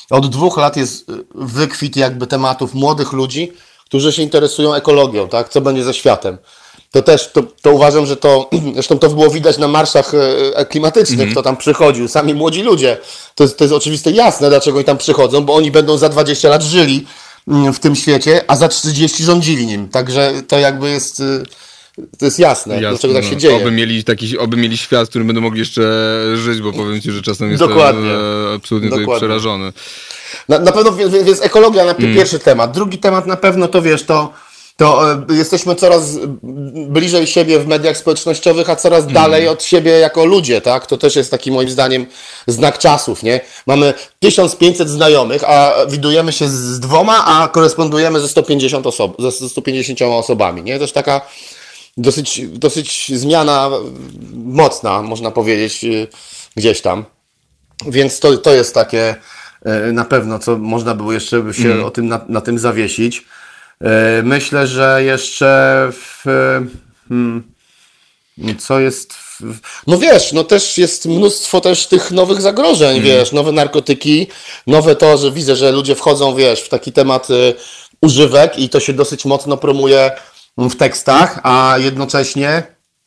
od 2 lat jest wykwit jakby tematów młodych ludzi, którzy się interesują ekologią, tak? Co będzie ze światem. To też, to uważam, że zresztą to było widać na marszach klimatycznych, kto tam przychodził, sami młodzi ludzie. To jest oczywiste jasne, dlaczego oni tam przychodzą, bo oni będą za 20 lat żyli w tym świecie, a za 30 rządzili nim. Także to jakby jest... To jest jasne, dlaczego tak się dzieje. Oby mieli świat, w którym będą mogli jeszcze żyć, bo powiem ci, że czasem jestem absolutnie tutaj przerażony. Na pewno, więc ekologia pierwszy temat. Drugi temat na pewno to wiesz, to jesteśmy coraz bliżej siebie w mediach społecznościowych, a coraz dalej od siebie jako ludzie, tak? To też jest taki moim zdaniem znak czasów, nie? Mamy 1500 znajomych, a widujemy się z 2, a korespondujemy ze 150 osobami, nie? Też taka dosyć zmiana mocna, można powiedzieć, gdzieś tam. Więc to jest takie na pewno, co można było jeszcze się o tym, na tym zawiesić. Myślę, że jeszcze co jest... No wiesz, no też jest mnóstwo też tych nowych zagrożeń, wiesz, nowe narkotyki, nowe to, że widzę, że ludzie wchodzą, wiesz, w taki temat używek i to się dosyć mocno promuje w tekstach, a jednocześnie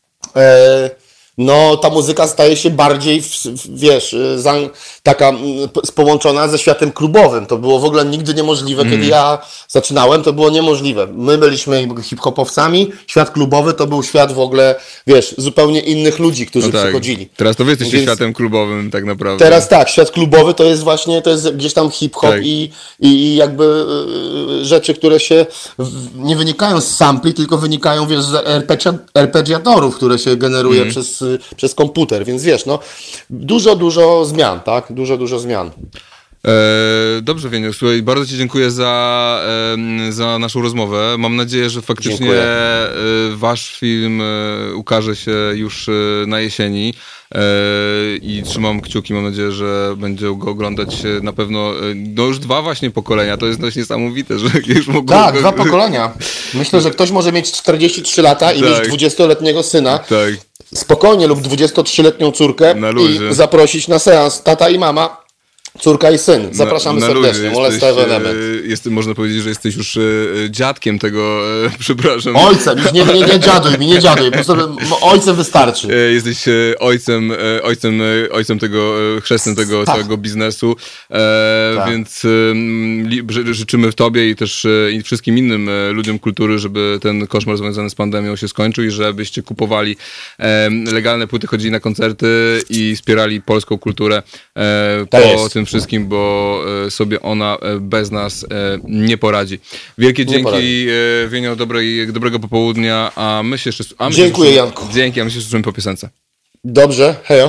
no ta muzyka staje się bardziej, wiesz, taka połączona ze światem klubowym. To było w ogóle nigdy niemożliwe, kiedy ja zaczynałem, to było niemożliwe. My byliśmy hip-hopowcami, świat klubowy to był świat w ogóle, wiesz, zupełnie innych ludzi, którzy przychodzili. Teraz to wy jesteście światem klubowym tak naprawdę. Teraz tak, świat klubowy to jest właśnie, to jest gdzieś tam hip-hop i jakby rzeczy, które się nie wynikają z sampli, tylko wynikają, wiesz, z arpeggiatorów, które się generuje przez komputer, więc wiesz, no dużo zmian, tak? Dużo zmian. Dobrze, Wieniu, słuchaj, bardzo ci dziękuję za naszą rozmowę. Mam nadzieję, że faktycznie wasz film ukaże się już na jesieni i trzymam kciuki, mam nadzieję, że będzie go oglądać na pewno no już 2 właśnie pokolenia, to jest dość niesamowite, że już mogą... Tak, 2 pokolenia. Myślę, że ktoś może mieć 43 lata i mieć 20-letniego syna. Tak. Spokojnie, lub 23-letnią córkę i zaprosić na seans tata i mama, córka i syn. Zapraszamy serdecznie. Można powiedzieć, że jesteś już dziadkiem tego, przepraszam. Ojcem, nie dziaduj, po prostu ojcem wystarczy. Jesteś ojcem tego, chrzestnym tego całego biznesu, więc życzymy tobie i też i wszystkim innym ludziom kultury, żeby ten koszmar związany z pandemią się skończył i żebyście kupowali legalne płyty, chodzili na koncerty i wspierali polską kulturę po tym wszystkim, bo sobie ona bez nas nie poradzi. Wielkie dzięki, Wienio, dobrego popołudnia, a my się jeszcze... Dziękuję, Janku. Dzięki, a my się słyszymy po piosence. Dobrze, hejo.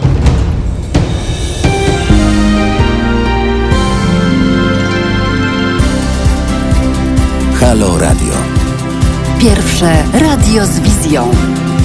Halo Radio. Pierwsze radio z wizją.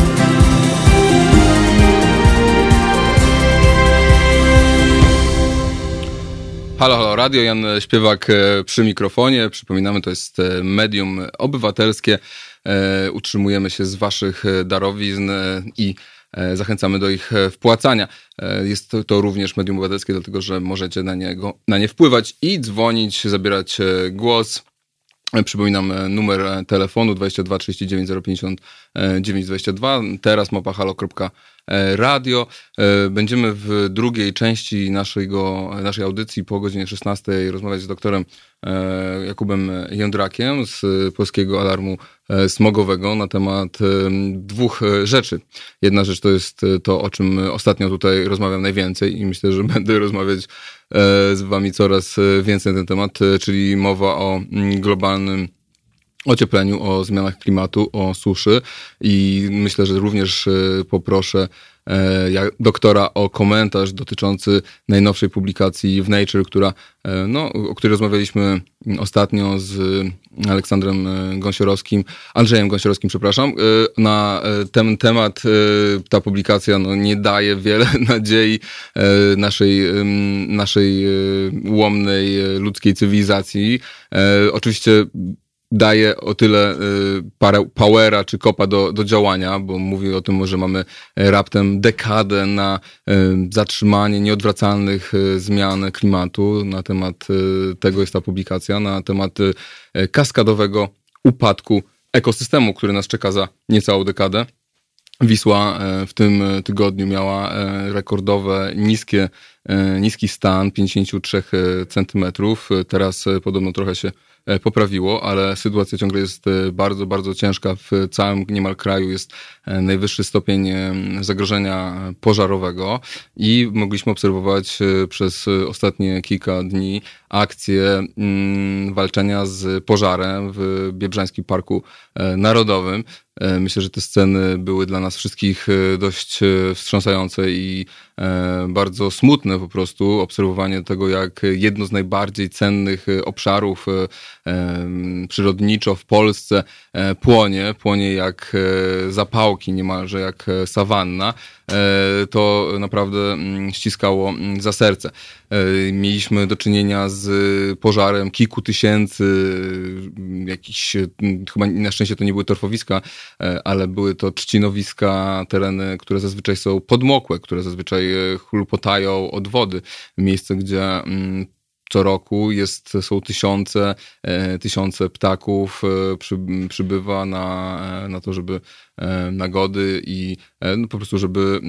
Halo Radio, Jan Śpiewak przy mikrofonie. Przypominamy, to jest medium obywatelskie. Utrzymujemy się z waszych darowizn i zachęcamy do ich wpłacania. Jest to również medium obywatelskie, dlatego że możecie na nie wpływać i dzwonić, zabierać głos. Przypominam numer telefonu 22 39 059 22, teraz halo.radio. Będziemy w drugiej części naszej audycji po godzinie 16 rozmawiać z doktorem Jakubem Jędrakiem z Polskiego Alarmu Smogowego na temat 2 rzeczy. Jedna rzecz to jest to, o czym ostatnio tutaj rozmawiam najwięcej i myślę, że będę rozmawiać z wami coraz więcej na ten temat, czyli mowa o globalnym ociepleniu, o zmianach klimatu, o suszy i myślę, że również poproszę doktora o komentarz dotyczący najnowszej publikacji w Nature, o której rozmawialiśmy ostatnio z Andrzejem Gąsiorowskim, przepraszam. Na ten temat ta publikacja nie daje wiele nadziei naszej ułomnej ludzkiej cywilizacji. Oczywiście daje o tyle powera czy kopa do działania, bo mówi o tym, że mamy raptem dekadę na zatrzymanie nieodwracalnych zmian klimatu. Na temat tego jest ta publikacja, na temat kaskadowego upadku ekosystemu, który nas czeka za niecałą dekadę. Wisła w tym tygodniu miała rekordowe niski stan 53 centymetrów. Teraz podobno trochę się poprawiło, ale sytuacja ciągle jest bardzo, bardzo ciężka. W całym niemal kraju jest najwyższy stopień zagrożenia pożarowego i mogliśmy obserwować przez ostatnie kilka dni akcję walczenia z pożarem w Biebrzańskim Parku Narodowym. Myślę, że te sceny były dla nas wszystkich dość wstrząsające i bardzo smutne po prostu. Obserwowanie tego, jak jedno z najbardziej cennych obszarów przyrodniczo w Polsce płonie jak zapałki, niemalże jak sawanna, to naprawdę ściskało za serce. Mieliśmy do czynienia z pożarem kilku tysięcy jakichś, chyba na szczęście to nie były torfowiska, ale były to trzcinowiska, tereny, które zazwyczaj są podmokłe, które zazwyczaj chlupotają od wody. Miejsce, gdzie co roku są tysiące ptaków przybywa na to, żeby nagody i po prostu,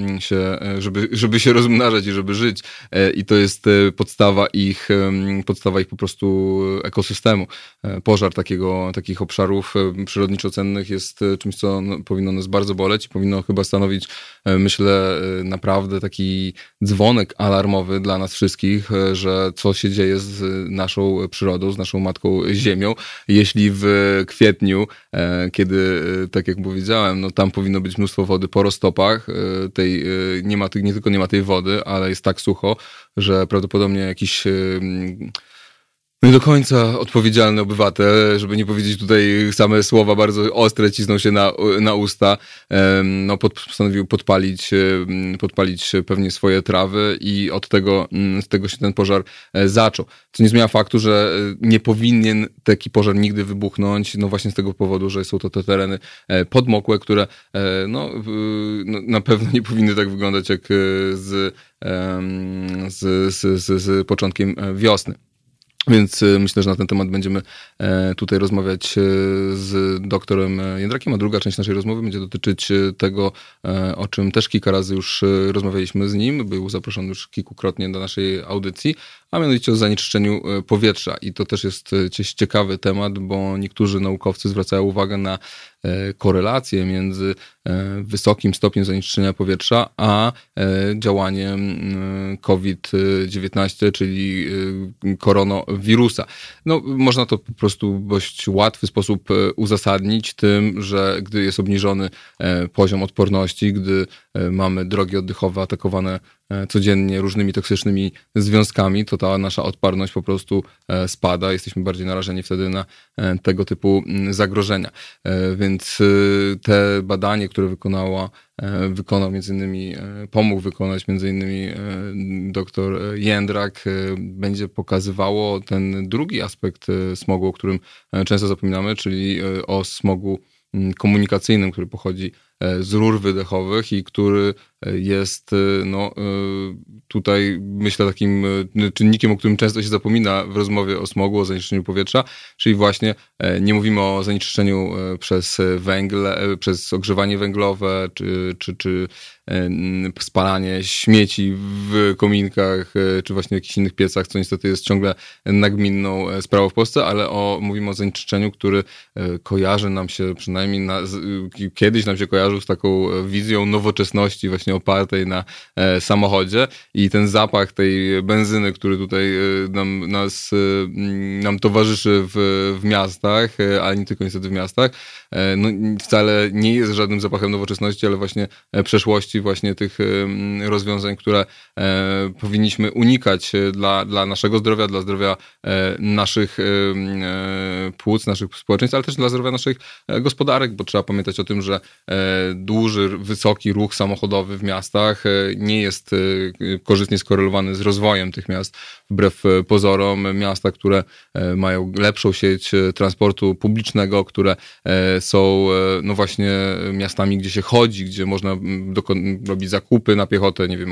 żeby się rozmnażać i żeby żyć. I to jest podstawa ich po prostu ekosystemu. Pożar takich obszarów przyrodniczo cennych jest czymś, co powinno nas bardzo boleć i powinno chyba stanowić, myślę, naprawdę taki dzwonek alarmowy dla nas wszystkich, że co się dzieje z naszą przyrodą, z naszą matką Ziemią. Jeśli w kwietniu, kiedy, tak jak powiedziałem, no tam powinno być mnóstwo wody po roztopach, nie tylko nie ma tej wody, ale jest tak sucho, że prawdopodobnie jakiś nie do końca odpowiedzialny obywatel, żeby nie powiedzieć tutaj same słowa bardzo ostre, cisną się na usta, postanowił podpalić pewnie swoje trawy i od tego się ten pożar zaczął. Co nie zmienia faktu, że nie powinien taki pożar nigdy wybuchnąć, no właśnie z tego powodu, że są to te tereny podmokłe, które na pewno nie powinny tak wyglądać jak z początkiem wiosny. Więc myślę, że na ten temat będziemy tutaj rozmawiać z doktorem Jędrakiem, a druga część naszej rozmowy będzie dotyczyć tego, o czym też kilka razy już rozmawialiśmy z nim. Był zaproszony już kilkukrotnie do naszej audycji, a mianowicie o zanieczyszczeniu powietrza. I to też jest ciekawy temat, bo niektórzy naukowcy zwracają uwagę na korelację między wysokim stopniem zanieczyszczenia powietrza a działaniem COVID-19, czyli koronawirusa. No, można to po prostu w dość łatwy sposób uzasadnić tym, że gdy jest obniżony poziom odporności, gdy mamy drogi oddechowe atakowane codziennie różnymi toksycznymi związkami, to ta nasza odporność po prostu spada. Jesteśmy bardziej narażeni wtedy na tego typu zagrożenia. Więc te badanie, które pomógł wykonać między innymi dr Jędrak, będzie pokazywało ten drugi aspekt smogu, o którym często zapominamy, czyli o smogu komunikacyjnym, który pochodzi z rur wydechowych i który jest tutaj, myślę, takim czynnikiem, o którym często się zapomina w rozmowie o smogu, o zanieczyszczeniu powietrza, czyli właśnie nie mówimy o zanieczyszczeniu przez przez ogrzewanie węglowe, czy spalanie śmieci w kominkach, czy właśnie w jakichś innych piecach, co niestety jest ciągle nagminną sprawą w Polsce, ale mówimy o zanieczyszczeniu, który kojarzy nam się, przynajmniej kiedyś nam się kojarzył z taką wizją nowoczesności właśnie opartej na samochodzie i ten zapach tej benzyny, który tutaj nam towarzyszy w miastach, ale nie tylko niestety w miastach, wcale nie jest żadnym zapachem nowoczesności, ale właśnie przeszłości, właśnie tych rozwiązań, które powinniśmy unikać dla naszego zdrowia, dla zdrowia naszych płuc, naszych społeczeństw, ale też dla zdrowia naszych gospodarek, bo trzeba pamiętać o tym, że duży, wysoki ruch samochodowy w miastach nie jest korzystnie skorelowany z rozwojem tych miast, wbrew pozorom. Miasta, które mają lepszą sieć transportu publicznego, które są no właśnie miastami, gdzie się chodzi, gdzie można robić zakupy na piechotę, nie wiem,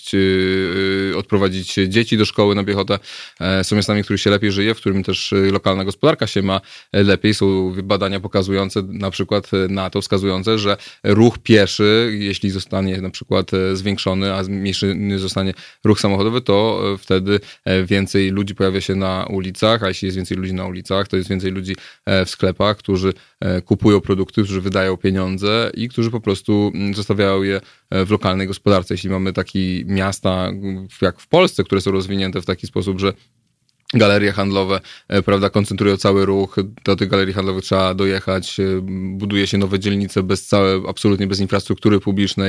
odprowadzić dzieci do szkoły na piechotę. Są miastami, w których się lepiej żyje, w którym też lokalna gospodarka się ma lepiej. Są badania pokazujące, na przykład na to wskazujące, że ruch pieszy, jeśli zostanie na przykład zwiększony, a mniejszy zostanie ruch samochodowy, to wtedy więcej ludzi pojawia się na ulicach, a jeśli jest więcej ludzi na ulicach, to jest więcej ludzi w sklepach, którzy kupują produkty, którzy wydają pieniądze i którzy po prostu zostawiają je w lokalnej gospodarce. Jeśli mamy takie miasta jak w Polsce, które są rozwinięte w taki sposób, że galerie handlowe, prawda, koncentrują cały ruch, do tych galerii handlowych trzeba dojechać, buduje się nowe dzielnice absolutnie bez infrastruktury publicznej,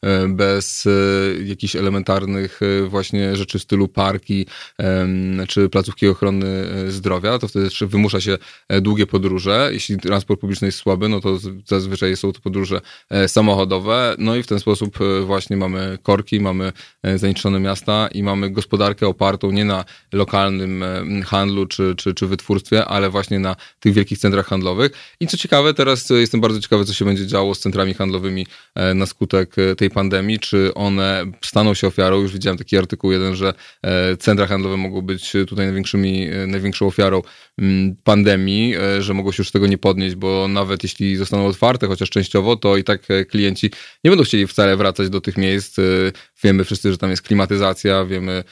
bez jakichś elementarnych właśnie rzeczy w stylu parki czy placówki ochrony zdrowia, to wtedy wymusza się długie podróże. Jeśli transport publiczny jest słaby, no to zazwyczaj są to podróże samochodowe, no i w ten sposób właśnie mamy korki, mamy zanieczyszczone miasta i mamy gospodarkę opartą nie na lokalnym handlu czy wytwórstwie, ale właśnie na tych wielkich centrach handlowych. I co ciekawe, teraz jestem bardzo ciekawy, co się będzie działo z centrami handlowymi na skutek tej pandemii. Czy one staną się ofiarą? Już widziałem taki artykuł jeden, że centra handlowe mogą być tutaj największą ofiarą pandemii, że mogą się już z tego nie podnieść, bo nawet jeśli zostaną otwarte, chociaż częściowo, to i tak klienci nie będą chcieli wcale wracać do tych miejsc. Wiemy wszyscy, że tam jest klimatyzacja, wiemy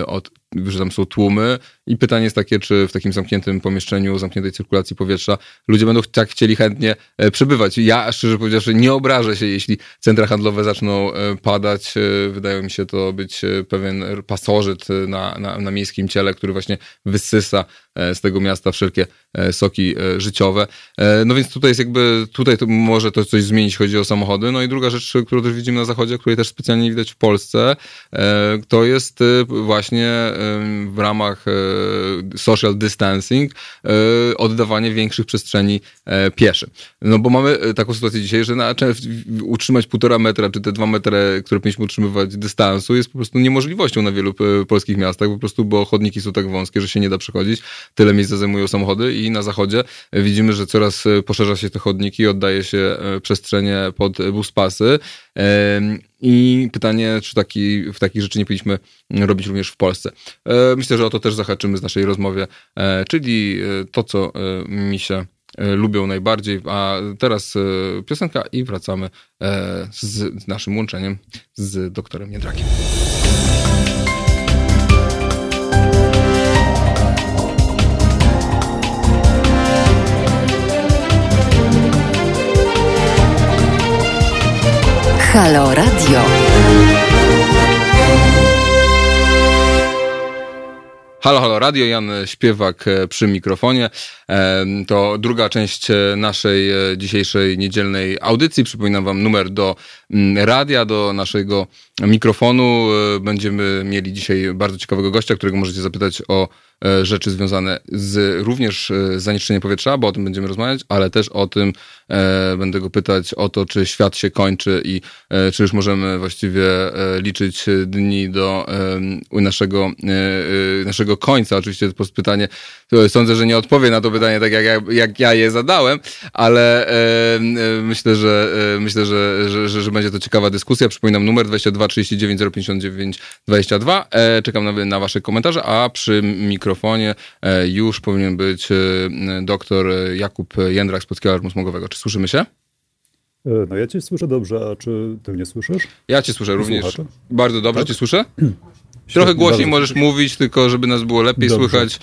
że tam są tłumy i pytanie jest takie, czy w takim zamkniętym pomieszczeniu, zamkniętej cyrkulacji powietrza ludzie będą tak chcieli chętnie przebywać. Ja szczerze powiedziawszy nie obrażę się, jeśli centra handlowe zaczną padać. Wydaje mi się to być pewien pasożyt na miejskim ciele, który właśnie wysysa z tego miasta wszelkie soki życiowe. No więc tutaj jest tutaj to może to coś zmienić, chodzi o samochody. No i druga rzecz, którą też widzimy na zachodzie, której też specjalnie nie widać w Polsce, to jest właśnie w ramach social distancing oddawanie większych przestrzeni pieszym. No bo mamy taką sytuację dzisiaj, że utrzymać 1,5 metra, czy te 2 metry, które powinniśmy utrzymywać dystansu, jest po prostu niemożliwością na wielu polskich miastach, po prostu, bo chodniki są tak wąskie, że się nie da przechodzić. Tyle miejsca zajmują samochody i na zachodzie widzimy, że coraz poszerza się te chodniki, oddaje się przestrzenie pod buspasy. I pytanie, czy takich rzeczy nie powinniśmy robić również w Polsce. Myślę, że o to też zahaczymy z naszej rozmowy, czyli to, co mi się lubią najbardziej. A teraz piosenka i wracamy z naszym łączeniem z doktorem Jędrakiem. Halo Radio. Halo Radio, Jan Śpiewak przy mikrofonie. To druga część naszej dzisiejszej niedzielnej audycji. Przypominam wam numer do radia, do naszego mikrofonu. Będziemy mieli dzisiaj bardzo ciekawego gościa, którego możecie zapytać o rzeczy związane również z zanieczyszczeniem powietrza, bo o tym będziemy rozmawiać, ale też o tym będę go pytać o to, czy świat się kończy i czy już możemy właściwie liczyć dni do naszego końca. Oczywiście to jest pytanie, sądzę, że nie odpowie na to pytanie tak jak ja je zadałem, ale myślę, że będzie to ciekawa dyskusja. Przypominam numer 22 39 059 22. Czekam na wasze komentarze, a przy mikrofonie już powinien być doktor Jakub Jędrak z Polskiego Alarmu Smogowego. Czy słyszymy się? No ja cię słyszę dobrze, a czy ty mnie słyszysz? Ja cię słyszę również. Słuchacze? Bardzo dobrze, tak? Cię słyszę? Świetnie, trochę głośniej bardzo możesz mówić, tylko żeby nas było lepiej słychać.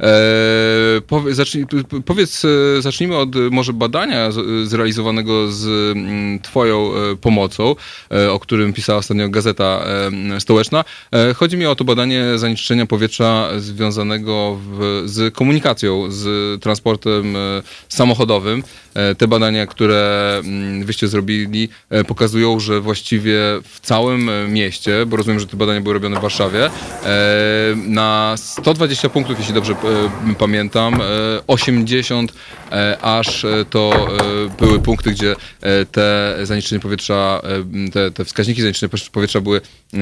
Zacznijmy od może badania zrealizowanego z twoją pomocą, o którym pisała ostatnio Gazeta Stołeczna. Chodzi mi o to badanie zanieczyszczenia powietrza związanego z komunikacją, z transportem samochodowym. Te badania, które wyście zrobili, pokazują, że właściwie w całym mieście, bo rozumiem, że te badania były robione w Warszawie, Warszawie. Na 120 punktów, jeśli dobrze pamiętam, 80 aż to były punkty, gdzie te zanieczyszczenie powietrza, te wskaźniki zanieczyszczenia powietrza były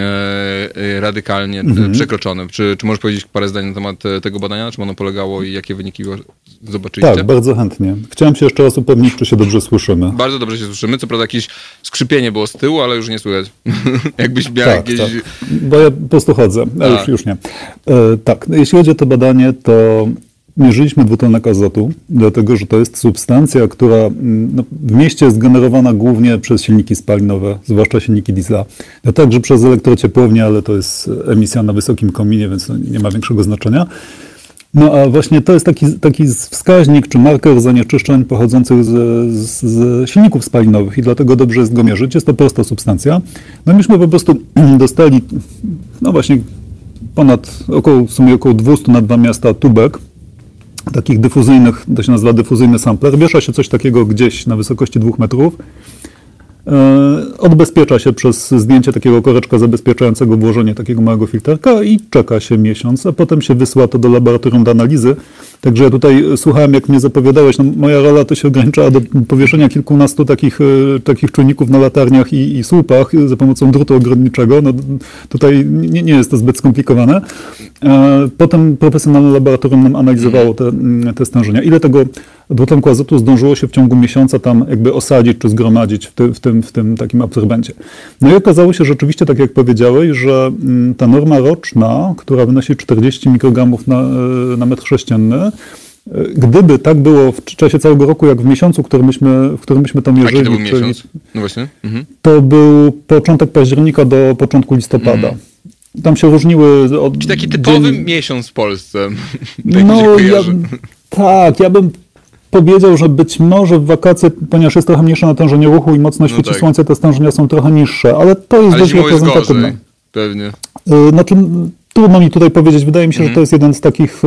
radykalnie przekroczone. Czy możesz powiedzieć parę zdań na temat tego badania? Na czym ono polegało i jakie wyniki zobaczyliście? Tak, bardzo chętnie. Chciałem się jeszcze raz upewnić, czy się dobrze słyszymy. Bardzo dobrze się słyszymy. Co prawda jakieś skrzypienie było z tyłu, ale już nie słychać. Jakbyś miał Tak, jakieś... tak. Bo ja po prostu chodzę, a już nie. Tak, jeśli chodzi o to badanie, to mierzyliśmy dwutlenek azotu, dlatego że to jest substancja, która w mieście jest generowana głównie przez silniki spalinowe, zwłaszcza silniki diesla. No także przez elektrociepłownię, ale to jest emisja na wysokim kominie, więc nie ma większego znaczenia. No a właśnie to jest taki wskaźnik czy marker zanieczyszczeń pochodzących z silników spalinowych i dlatego dobrze jest go mierzyć. Jest to prosta substancja. No myśmy po prostu dostali, no właśnie około 200 na 2 miasta tubek, takich dyfuzyjnych, to się nazywa dyfuzyjny sampler. Wiesza się coś takiego gdzieś na wysokości 2 metrów. Odbezpiecza się przez zdjęcie takiego koreczka zabezpieczającego włożenie takiego małego filterka i czeka się miesiąc, a potem się wysyła to do laboratorium do analizy. Także ja tutaj słuchałem, jak mnie zapowiadałeś, no moja rola to się ograniczała do powieszenia kilkunastu takich czujników na latarniach i słupach za pomocą drutu ogrodniczego. No, tutaj nie jest to zbyt skomplikowane. Potem profesjonalne laboratorium nam analizowało te stężenia. Ile tego dwutlenku azotu zdążyło się w ciągu miesiąca tam jakby osadzić czy zgromadzić w tym takim absorbencie. No i okazało się rzeczywiście, tak jak powiedziałeś, że ta norma roczna, która wynosi 40 mikrogramów na metr sześcienny, gdyby tak było w czasie całego roku, jak w miesiącu, w którym myśmy to mierzyli, A kiedy był miesiąc? No właśnie. To był początek października do początku listopada. Tam się różniły... Czyli taki typowy miesiąc w Polsce. Tak, ja bym powiedział, że być może w wakacje, ponieważ jest trochę mniejsze natężenie ruchu i mocno świeci słońce, te stężenia są trochę niższe, ale to jest dość reprezentatywne. Pewnie. Znaczy, trudno mi tutaj powiedzieć, wydaje mi się, że to jest jeden z takich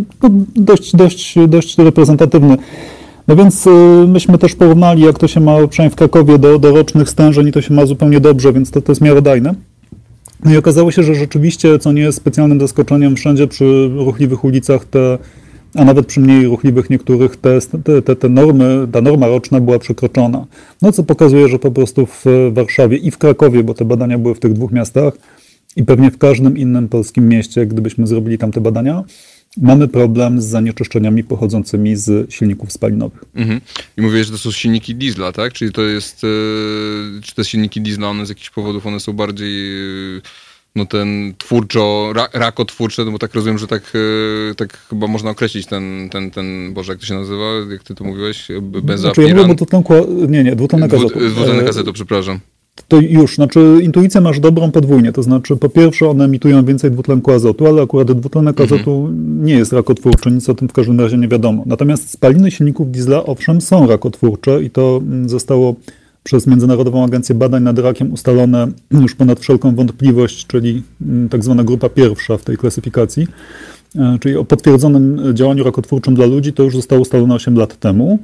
dość reprezentatywny. No więc myśmy też porównali, jak to się ma przynajmniej w Krakowie do rocznych stężeń i to się ma zupełnie dobrze, więc to jest miarodajne. No i okazało się, że rzeczywiście, co nie jest specjalnym zaskoczeniem, wszędzie przy ruchliwych ulicach a nawet przy mniej ruchliwych niektórych ta norma roczna była przekroczona. No co pokazuje, że po prostu w Warszawie i w Krakowie, bo te badania były w tych 2 miastach i pewnie w każdym innym polskim mieście, gdybyśmy zrobili tam te badania, mamy problem z zanieczyszczeniami pochodzącymi z silników spalinowych. I mówiłeś, że to są silniki diesla, tak? Czyli to jest, czy te silniki diesla, one z jakichś powodów, one są bardziej... No ten rakotwórcze, no bo tak rozumiem, że tak chyba można określić ten, Boże, jak to się nazywa, jak ty to mówiłeś, benzoapiran. Znaczy ja mówię o dwutlenek azotu. Dwutlenek azotu, przepraszam. To już, znaczy intuicję masz dobrą podwójnie, to znaczy po pierwsze one emitują więcej dwutlenku azotu, ale akurat dwutlenek azotu nie jest rakotwórczy, nic o tym w każdym razie nie wiadomo. Natomiast spaliny silników diesla owszem są rakotwórcze i to zostało przez Międzynarodową Agencję Badań nad Rakiem ustalone już ponad wszelką wątpliwość, czyli tak zwana grupa pierwsza w tej klasyfikacji, czyli o potwierdzonym działaniu rakotwórczym dla ludzi, to już zostało ustalone 8 lat temu.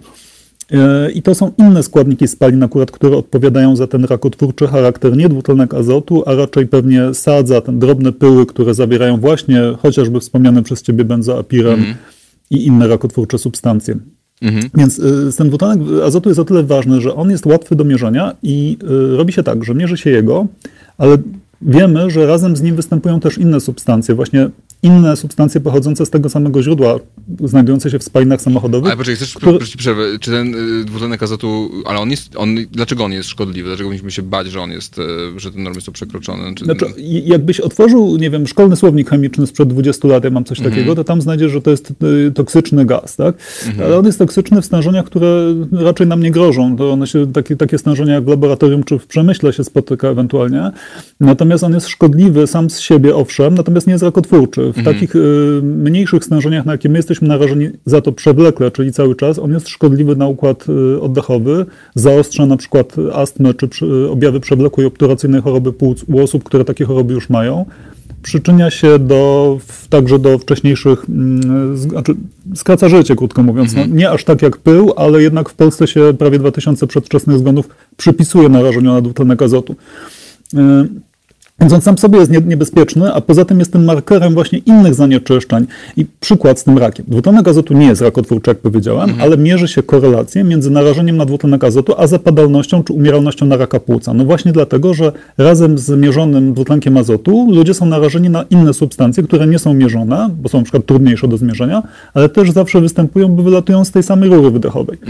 I to są inne składniki spalin akurat, które odpowiadają za ten rakotwórczy charakter, nie dwutlenek azotu, a raczej pewnie sadza, ten drobne pyły, które zawierają właśnie chociażby wspomniane przez ciebie benzoapiren i inne rakotwórcze substancje. Więc ten dwutlenek azotu jest o tyle ważny, że on jest łatwy do mierzenia i robi się tak, że mierzy się jego, ale wiemy, że razem z nim występują też inne substancje, właśnie inne substancje pochodzące z tego samego źródła, znajdujące się w spalinach samochodowych. Ale poczekaj, chcesz przerwę, czy ten dwutlenek azotu, ale dlaczego on jest szkodliwy? Dlaczego powinniśmy się bać, że te normy są przekroczone? Znaczy, jakbyś otworzył, nie wiem, szkolny słownik chemiczny sprzed 20 lat, ja mam coś takiego, to tam znajdziesz, że to jest toksyczny gaz, tak? Ale on jest toksyczny w stężeniach, które raczej nam nie grożą. To one się, takie stężenia jak w laboratorium czy w przemyśle się spotyka ewentualnie. Natomiast on jest szkodliwy sam z siebie, owszem, natomiast nie jest rakotwórczy. W takich mniejszych stężeniach, na jakie my jesteśmy narażeni za to przewlekle, czyli cały czas, on jest szkodliwy na układ oddechowy, zaostrza na przykład astmę czy objawy przewlekłej obturacyjnej choroby płuc u osób, które takie choroby już mają. Przyczynia się także do wcześniejszych, znaczy skraca życie, krótko mówiąc. No, nie aż tak jak pył, ale jednak w Polsce się prawie 2000 przedwczesnych zgonów przypisuje narażeniu na dwutlenek azotu. Więc on sam w sobie jest niebezpieczny, a poza tym jest tym markerem właśnie innych zanieczyszczeń. I przykład z tym rakiem. Dwutlenek azotu nie jest rakotwórczy, jak powiedziałem, ale mierzy się korelację między narażeniem na dwutlenek azotu, a zapadalnością czy umieralnością na raka płuca. No właśnie dlatego, że razem z mierzonym dwutlenkiem azotu ludzie są narażeni na inne substancje, które nie są mierzone, bo są na przykład trudniejsze do zmierzenia, ale też zawsze występują, bo wylatują z tej samej rury wydechowej.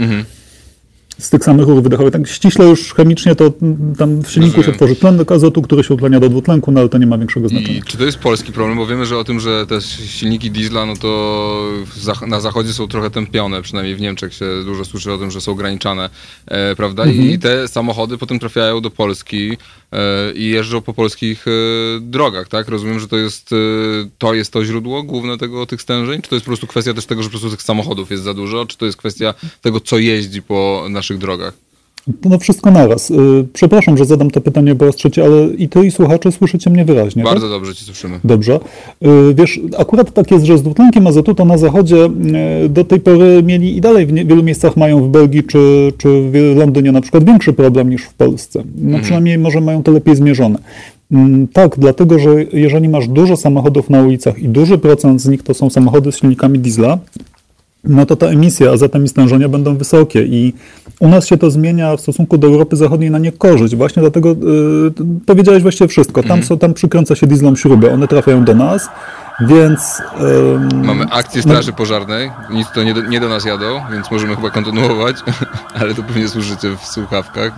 Z tych samych rur wydechowych. Tak ściśle już chemicznie to tam w silniku się tworzy tlenek azotu, który się utlenia do dwutlenku, no ale to nie ma większego znaczenia. I czy to jest polski problem? Bo wiemy, że o tym, że te silniki diesla, no to na zachodzie są trochę tępione, przynajmniej w Niemczech się dużo słyszy o tym, że są ograniczane, prawda? I te samochody potem trafiają do Polski i jeżdżą po polskich drogach, tak? Rozumiem, że to jest to źródło główne tych stężeń? Czy to jest po prostu kwestia też tego, że po prostu tych samochodów jest za dużo? Czy to jest kwestia tego, co jeździ po naszych drogach? To wszystko naraz. Przepraszam, że zadam to pytanie po raz trzeci, ale i ty, i słuchacze słyszycie mnie wyraźnie. Bardzo tak? dobrze cię słyszymy. Dobrze. Wiesz, akurat tak jest, że z dwutlenkiem azotu to na zachodzie do tej pory mieli i dalej w wielu miejscach mają w Belgii czy w Londynie na przykład większy problem niż w Polsce. No przynajmniej może mają to lepiej zmierzone. Tak, dlatego, że jeżeli masz dużo samochodów na ulicach i duży procent z nich to są samochody z silnikami diesla, no to ta emisja, a zatem i stężenia będą wysokie i u nas się to zmienia w stosunku do Europy Zachodniej na niekorzyść. Właśnie dlatego powiedziałeś właściwie wszystko. Tam przykręca się dieslom śruby, one trafiają do nas, więc... Mamy akcję Straży Pożarnej, nic to nie do nas jadą, więc możemy chyba kontynuować, ale to pewnie słyszycie w słuchawkach.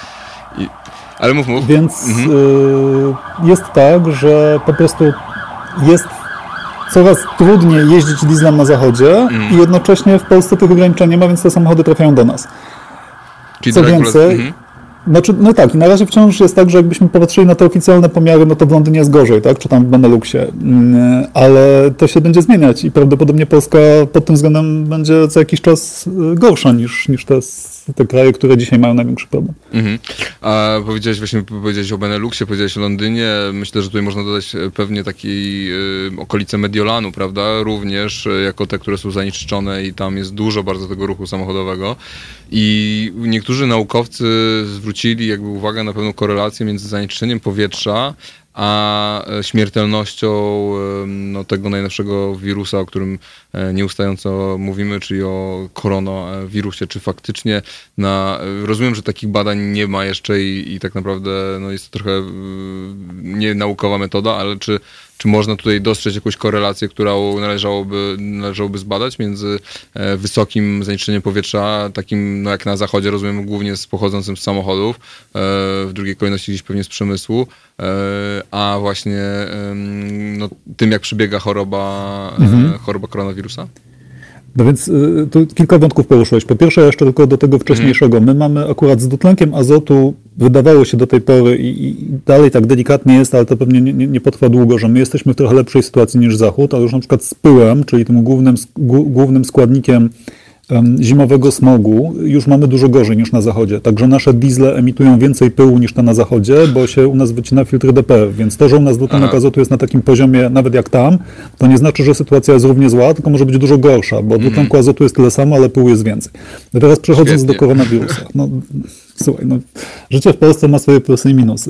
Ale mów. Więc jest tak, że po prostu jest coraz trudniej jeździć dieslem na zachodzie i jednocześnie w Polsce tych ograniczeń nie ma, więc te samochody trafiają do nas. Czyli co więcej, no tak, i na razie wciąż jest tak, że jakbyśmy popatrzyli na te oficjalne pomiary, no to w Londynie jest gorzej, tak, czy tam w Beneluxie, ale to się będzie zmieniać i prawdopodobnie Polska pod tym względem będzie co jakiś czas gorsza niż te kraje, które dzisiaj mają największy problem. A powiedziałeś o Beneluxie, powiedziałeś o Londynie. Myślę, że tutaj można dodać pewnie takiej okolice Mediolanu, prawda? Również jako te, które są zanieczyszczone i tam jest dużo bardzo tego ruchu samochodowego. I niektórzy naukowcy zwrócili jakby uwagę na pewną korelację między zanieczyszczeniem powietrza a śmiertelnością tego najnowszego wirusa, o którym nieustająco mówimy, czyli o koronawirusie. Czy faktycznie rozumiem, że takich badań nie ma jeszcze i tak naprawdę jest to trochę nie naukowa metoda, ale czy można tutaj dostrzec jakąś korelację, którą należałoby zbadać między wysokim zanieczyszczeniem powietrza, takim jak na zachodzie, rozumiem, głównie pochodzącym z samochodów, w drugiej kolejności gdzieś pewnie z przemysłu, a właśnie tym, jak przebiega choroba koronawirusa? No więc tu kilka wątków poruszyłeś. Po pierwsze, jeszcze tylko do tego wcześniejszego. My mamy akurat z dwutlenkiem azotu, wydawało się do tej pory i dalej tak delikatnie jest, ale to pewnie nie potrwa długo, że my jesteśmy w trochę lepszej sytuacji niż Zachód, ale już na przykład z pyłem, czyli tym głównym składnikiem zimowego smogu, już mamy dużo gorzej niż na zachodzie. Także nasze diesle emitują więcej pyłu niż te na zachodzie, bo się u nas wycina filtry DPF, więc to, że u nas dwutlenek azotu jest na takim poziomie, nawet jak tam, to nie znaczy, że sytuacja jest równie zła, tylko może być dużo gorsza, bo dwutlenku azotu jest tyle samo, ale pyłu jest więcej. No teraz przechodząc do koronawirusa. Słuchaj, życie w Polsce ma swoje plusy i minusy.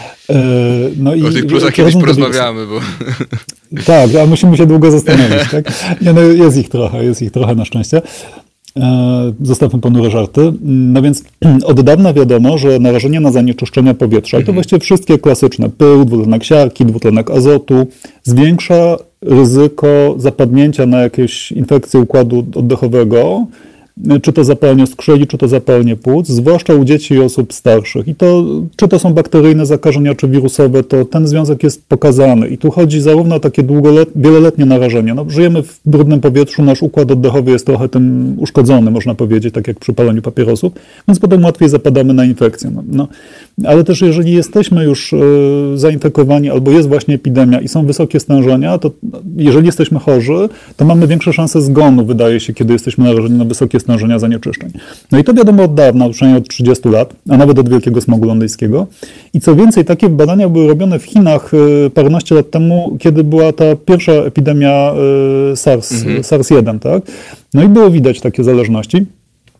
O tych plusach kiedyś porozmawiamy, bo... Tak, a musimy się długo zastanowić, tak? Jest ich trochę na szczęście. Zostawmy ponure żarty. No więc od dawna wiadomo, że narażenie na zanieczyszczenia powietrza, i to właściwie wszystkie klasyczne, pył, dwutlenek siarki, dwutlenek azotu, zwiększa ryzyko zapadnięcia na jakieś infekcje układu oddechowego, czy to zapalenie skrzeli, czy to zapalenie płuc, zwłaszcza u dzieci i osób starszych. I to, czy to są bakteryjne zakażenia, czy wirusowe, to ten związek jest pokazany. I tu chodzi zarówno o takie wieloletnie narażenie. Żyjemy w brudnym powietrzu, nasz układ oddechowy jest trochę tym uszkodzony, można powiedzieć, tak jak przy paleniu papierosów, więc potem łatwiej zapadamy na infekcję. Ale też jeżeli jesteśmy już zainfekowani, albo jest właśnie epidemia i są wysokie stężenia, to jeżeli jesteśmy chorzy, to mamy większe szanse zgonu, wydaje się, kiedy jesteśmy narażeni na wysokie stężenia zanieczyszczeń. No i to wiadomo od dawna, przynajmniej od 30 lat, a nawet od wielkiego smogu londyńskiego. I co więcej, takie badania były robione w Chinach paręnaście lat temu, kiedy była ta pierwsza epidemia SARS-1, tak? No i było widać takie zależności.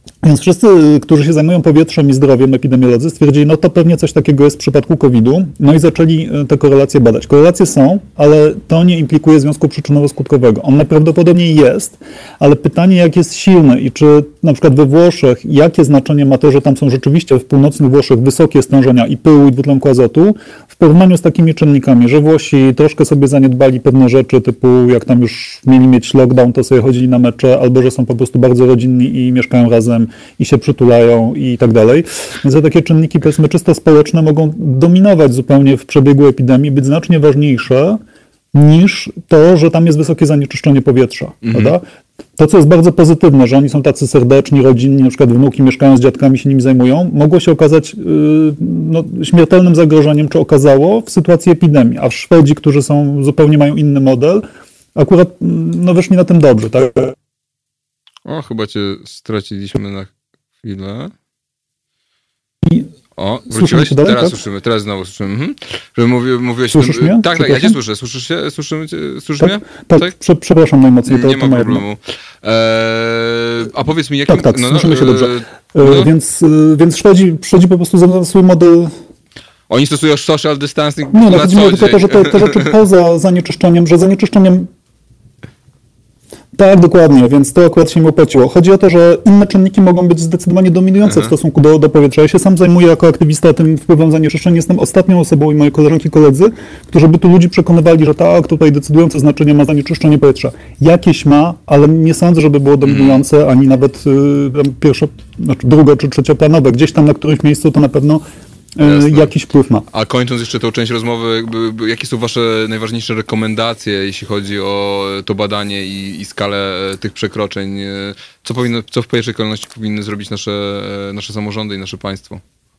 Więc wszyscy, którzy się zajmują powietrzem i zdrowiem, epidemiolodzy, stwierdzili, no to pewnie coś takiego jest w przypadku COVID-u, no i zaczęli te korelacje badać. Korelacje są, ale to nie implikuje związku przyczynowo-skutkowego. On najprawdopodobniej jest, ale pytanie, jak jest silny i czy na przykład we Włoszech, jakie znaczenie ma to, że tam są rzeczywiście w północnych Włoszech wysokie stężenia i pyłu, i dwutlenku azotu, w porównaniu z takimi czynnikami, że Włosi troszkę sobie zaniedbali pewne rzeczy, typu jak tam już mieli mieć lockdown, to sobie chodzili na mecze, albo że są po prostu bardzo rodzinni i mieszkają razem i się przytulają i tak dalej. Więc te takie czynniki, powiedzmy, czysto społeczne mogą dominować zupełnie w przebiegu epidemii, być znacznie ważniejsze niż to, że tam jest wysokie zanieczyszczenie powietrza. Prawda? To, co jest bardzo pozytywne, że oni są tacy serdeczni, rodzinni, na przykład wnuki mieszkają z dziadkami, się nimi zajmują, mogło się okazać śmiertelnym zagrożeniem, czy okazało w sytuacji epidemii. A Szwedzi, którzy zupełnie mają inny model, akurat wyszli na tym dobrze. Tak? O, chyba cię straciliśmy na chwilę. O, wróciłeś? Dalej, teraz tak? słyszymy, teraz znowu słyszymy. Że mówiłeś... Słyszysz mnie? Tak, ja cię słyszę. Słyszysz się? Słyszysz mnie? Tak, przepraszam najmocniej. Nie ma problemu. A powiedz mi, jakim... Tak, słyszymy się dobrze. Więc Szwedzi po prostu za swój model... Oni stosują social distancing na co dzień. tylko to, że te rzeczy poza zanieczyszczeniem, że zanieczyszczeniem... Tak, dokładnie, więc to akurat się mi opłaciło. Chodzi o to, że inne czynniki mogą być zdecydowanie dominujące w stosunku do powietrza. Ja się sam zajmuję jako aktywista tym wpływem zanieczyszczenia. Jestem ostatnią osobą i moje koleżanki, koledzy, którzy by tu ludzi przekonywali, że tak, tutaj decydujące znaczenie ma zanieczyszczenie powietrza. Jakieś ma, ale nie sądzę, żeby było dominujące, ani nawet drugo- czy trzecioplanowe. Gdzieś tam na którymś miejscu to na pewno jakiś wpływ ma. A kończąc jeszcze tą część rozmowy, jakie są wasze najważniejsze rekomendacje, jeśli chodzi o to badanie i skalę tych przekroczeń? Co w pierwszej kolejności powinny zrobić nasze samorządy i nasze państwo?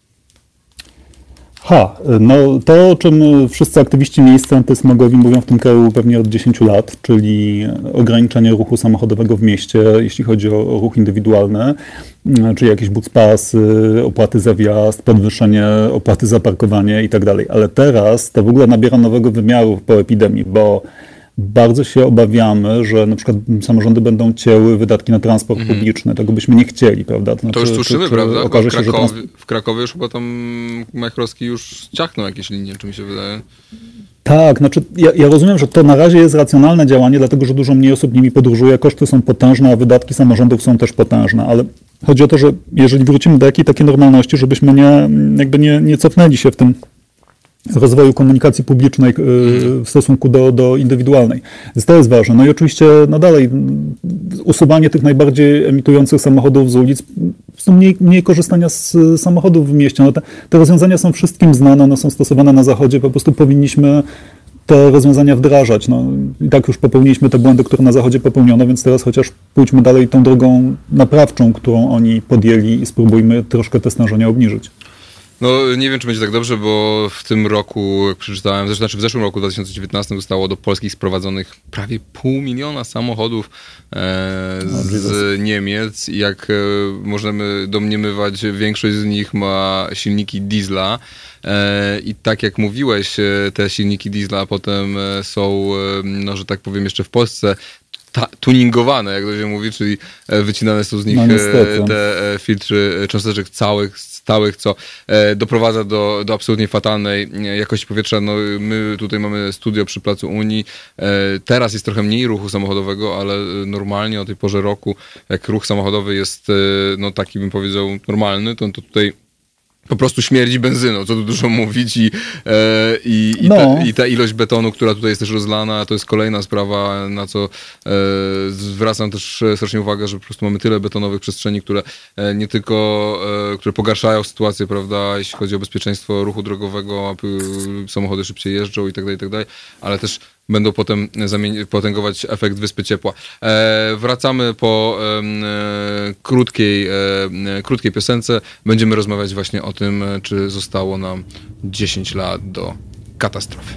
To, o czym wszyscy aktywiści miejscy antysmogowi mówią w tym kraju pewnie od 10 lat, czyli ograniczenie ruchu samochodowego w mieście, jeśli chodzi o ruch indywidualny, czyli jakieś buspasy, opłaty za wjazd, podwyższenie opłaty za parkowanie i tak dalej. Ale teraz to w ogóle nabiera nowego wymiaru po epidemii, bo bardzo się obawiamy, że na przykład samorządy będą cięły wydatki na transport publiczny. Tego byśmy nie chcieli, prawda? To już słyszymy, prawda? W Krakowie już chyba tam Majchrowski już ciachnął jakieś linie, czy mi się wydaje. Tak, ja rozumiem, że to na razie jest racjonalne działanie, dlatego że dużo mniej osób nimi podróżuje, koszty są potężne, a wydatki samorządów są też potężne, ale chodzi o to, że jeżeli wrócimy do takiej normalności, żebyśmy nie cofnęli się w tym rozwoju komunikacji publicznej w stosunku do indywidualnej. Więc to jest ważne. No i oczywiście dalej usuwanie tych najbardziej emitujących samochodów z ulic, mniej korzystania z samochodów w mieście. No te rozwiązania są wszystkim znane, one są stosowane na Zachodzie, po prostu powinniśmy te rozwiązania wdrażać. I tak już popełniliśmy te błędy, które na Zachodzie popełniono, więc teraz chociaż pójdźmy dalej tą drogą naprawczą, którą oni podjęli i spróbujmy troszkę te stężenia obniżyć. Nie wiem, czy będzie tak dobrze, bo w tym roku, jak przeczytałem, w zeszłym roku, 2019, zostało do Polski sprowadzonych prawie 500 000 samochodów z Niemiec. Jak możemy domniemywać, większość z nich ma silniki diesla. I tak jak mówiłeś, te silniki diesla potem są, że tak powiem, jeszcze w Polsce tuningowane, jak to się mówi, czyli wycinane są z nich te filtry cząsteczek stałych, co doprowadza do absolutnie fatalnej jakości powietrza. My tutaj mamy studio przy Placu Unii. Teraz jest trochę mniej ruchu samochodowego, ale normalnie o tej porze roku, jak ruch samochodowy jest taki, bym powiedział, normalny, to tutaj po prostu śmierdzi benzyną, co tu dużo mówić i ta ilość betonu, która tutaj jest też rozlana, to jest kolejna sprawa, na co zwracam też strasznie uwagę, że po prostu mamy tyle betonowych przestrzeni, które nie tylko, które pogarszają sytuację, prawda, jeśli chodzi o bezpieczeństwo ruchu drogowego, samochody szybciej jeżdżą i tak dalej, ale też będą potem potęgować efekt wyspy ciepła. Wracamy po krótkiej piosence. Będziemy rozmawiać właśnie o tym, czy zostało nam 10 lat do katastrofy.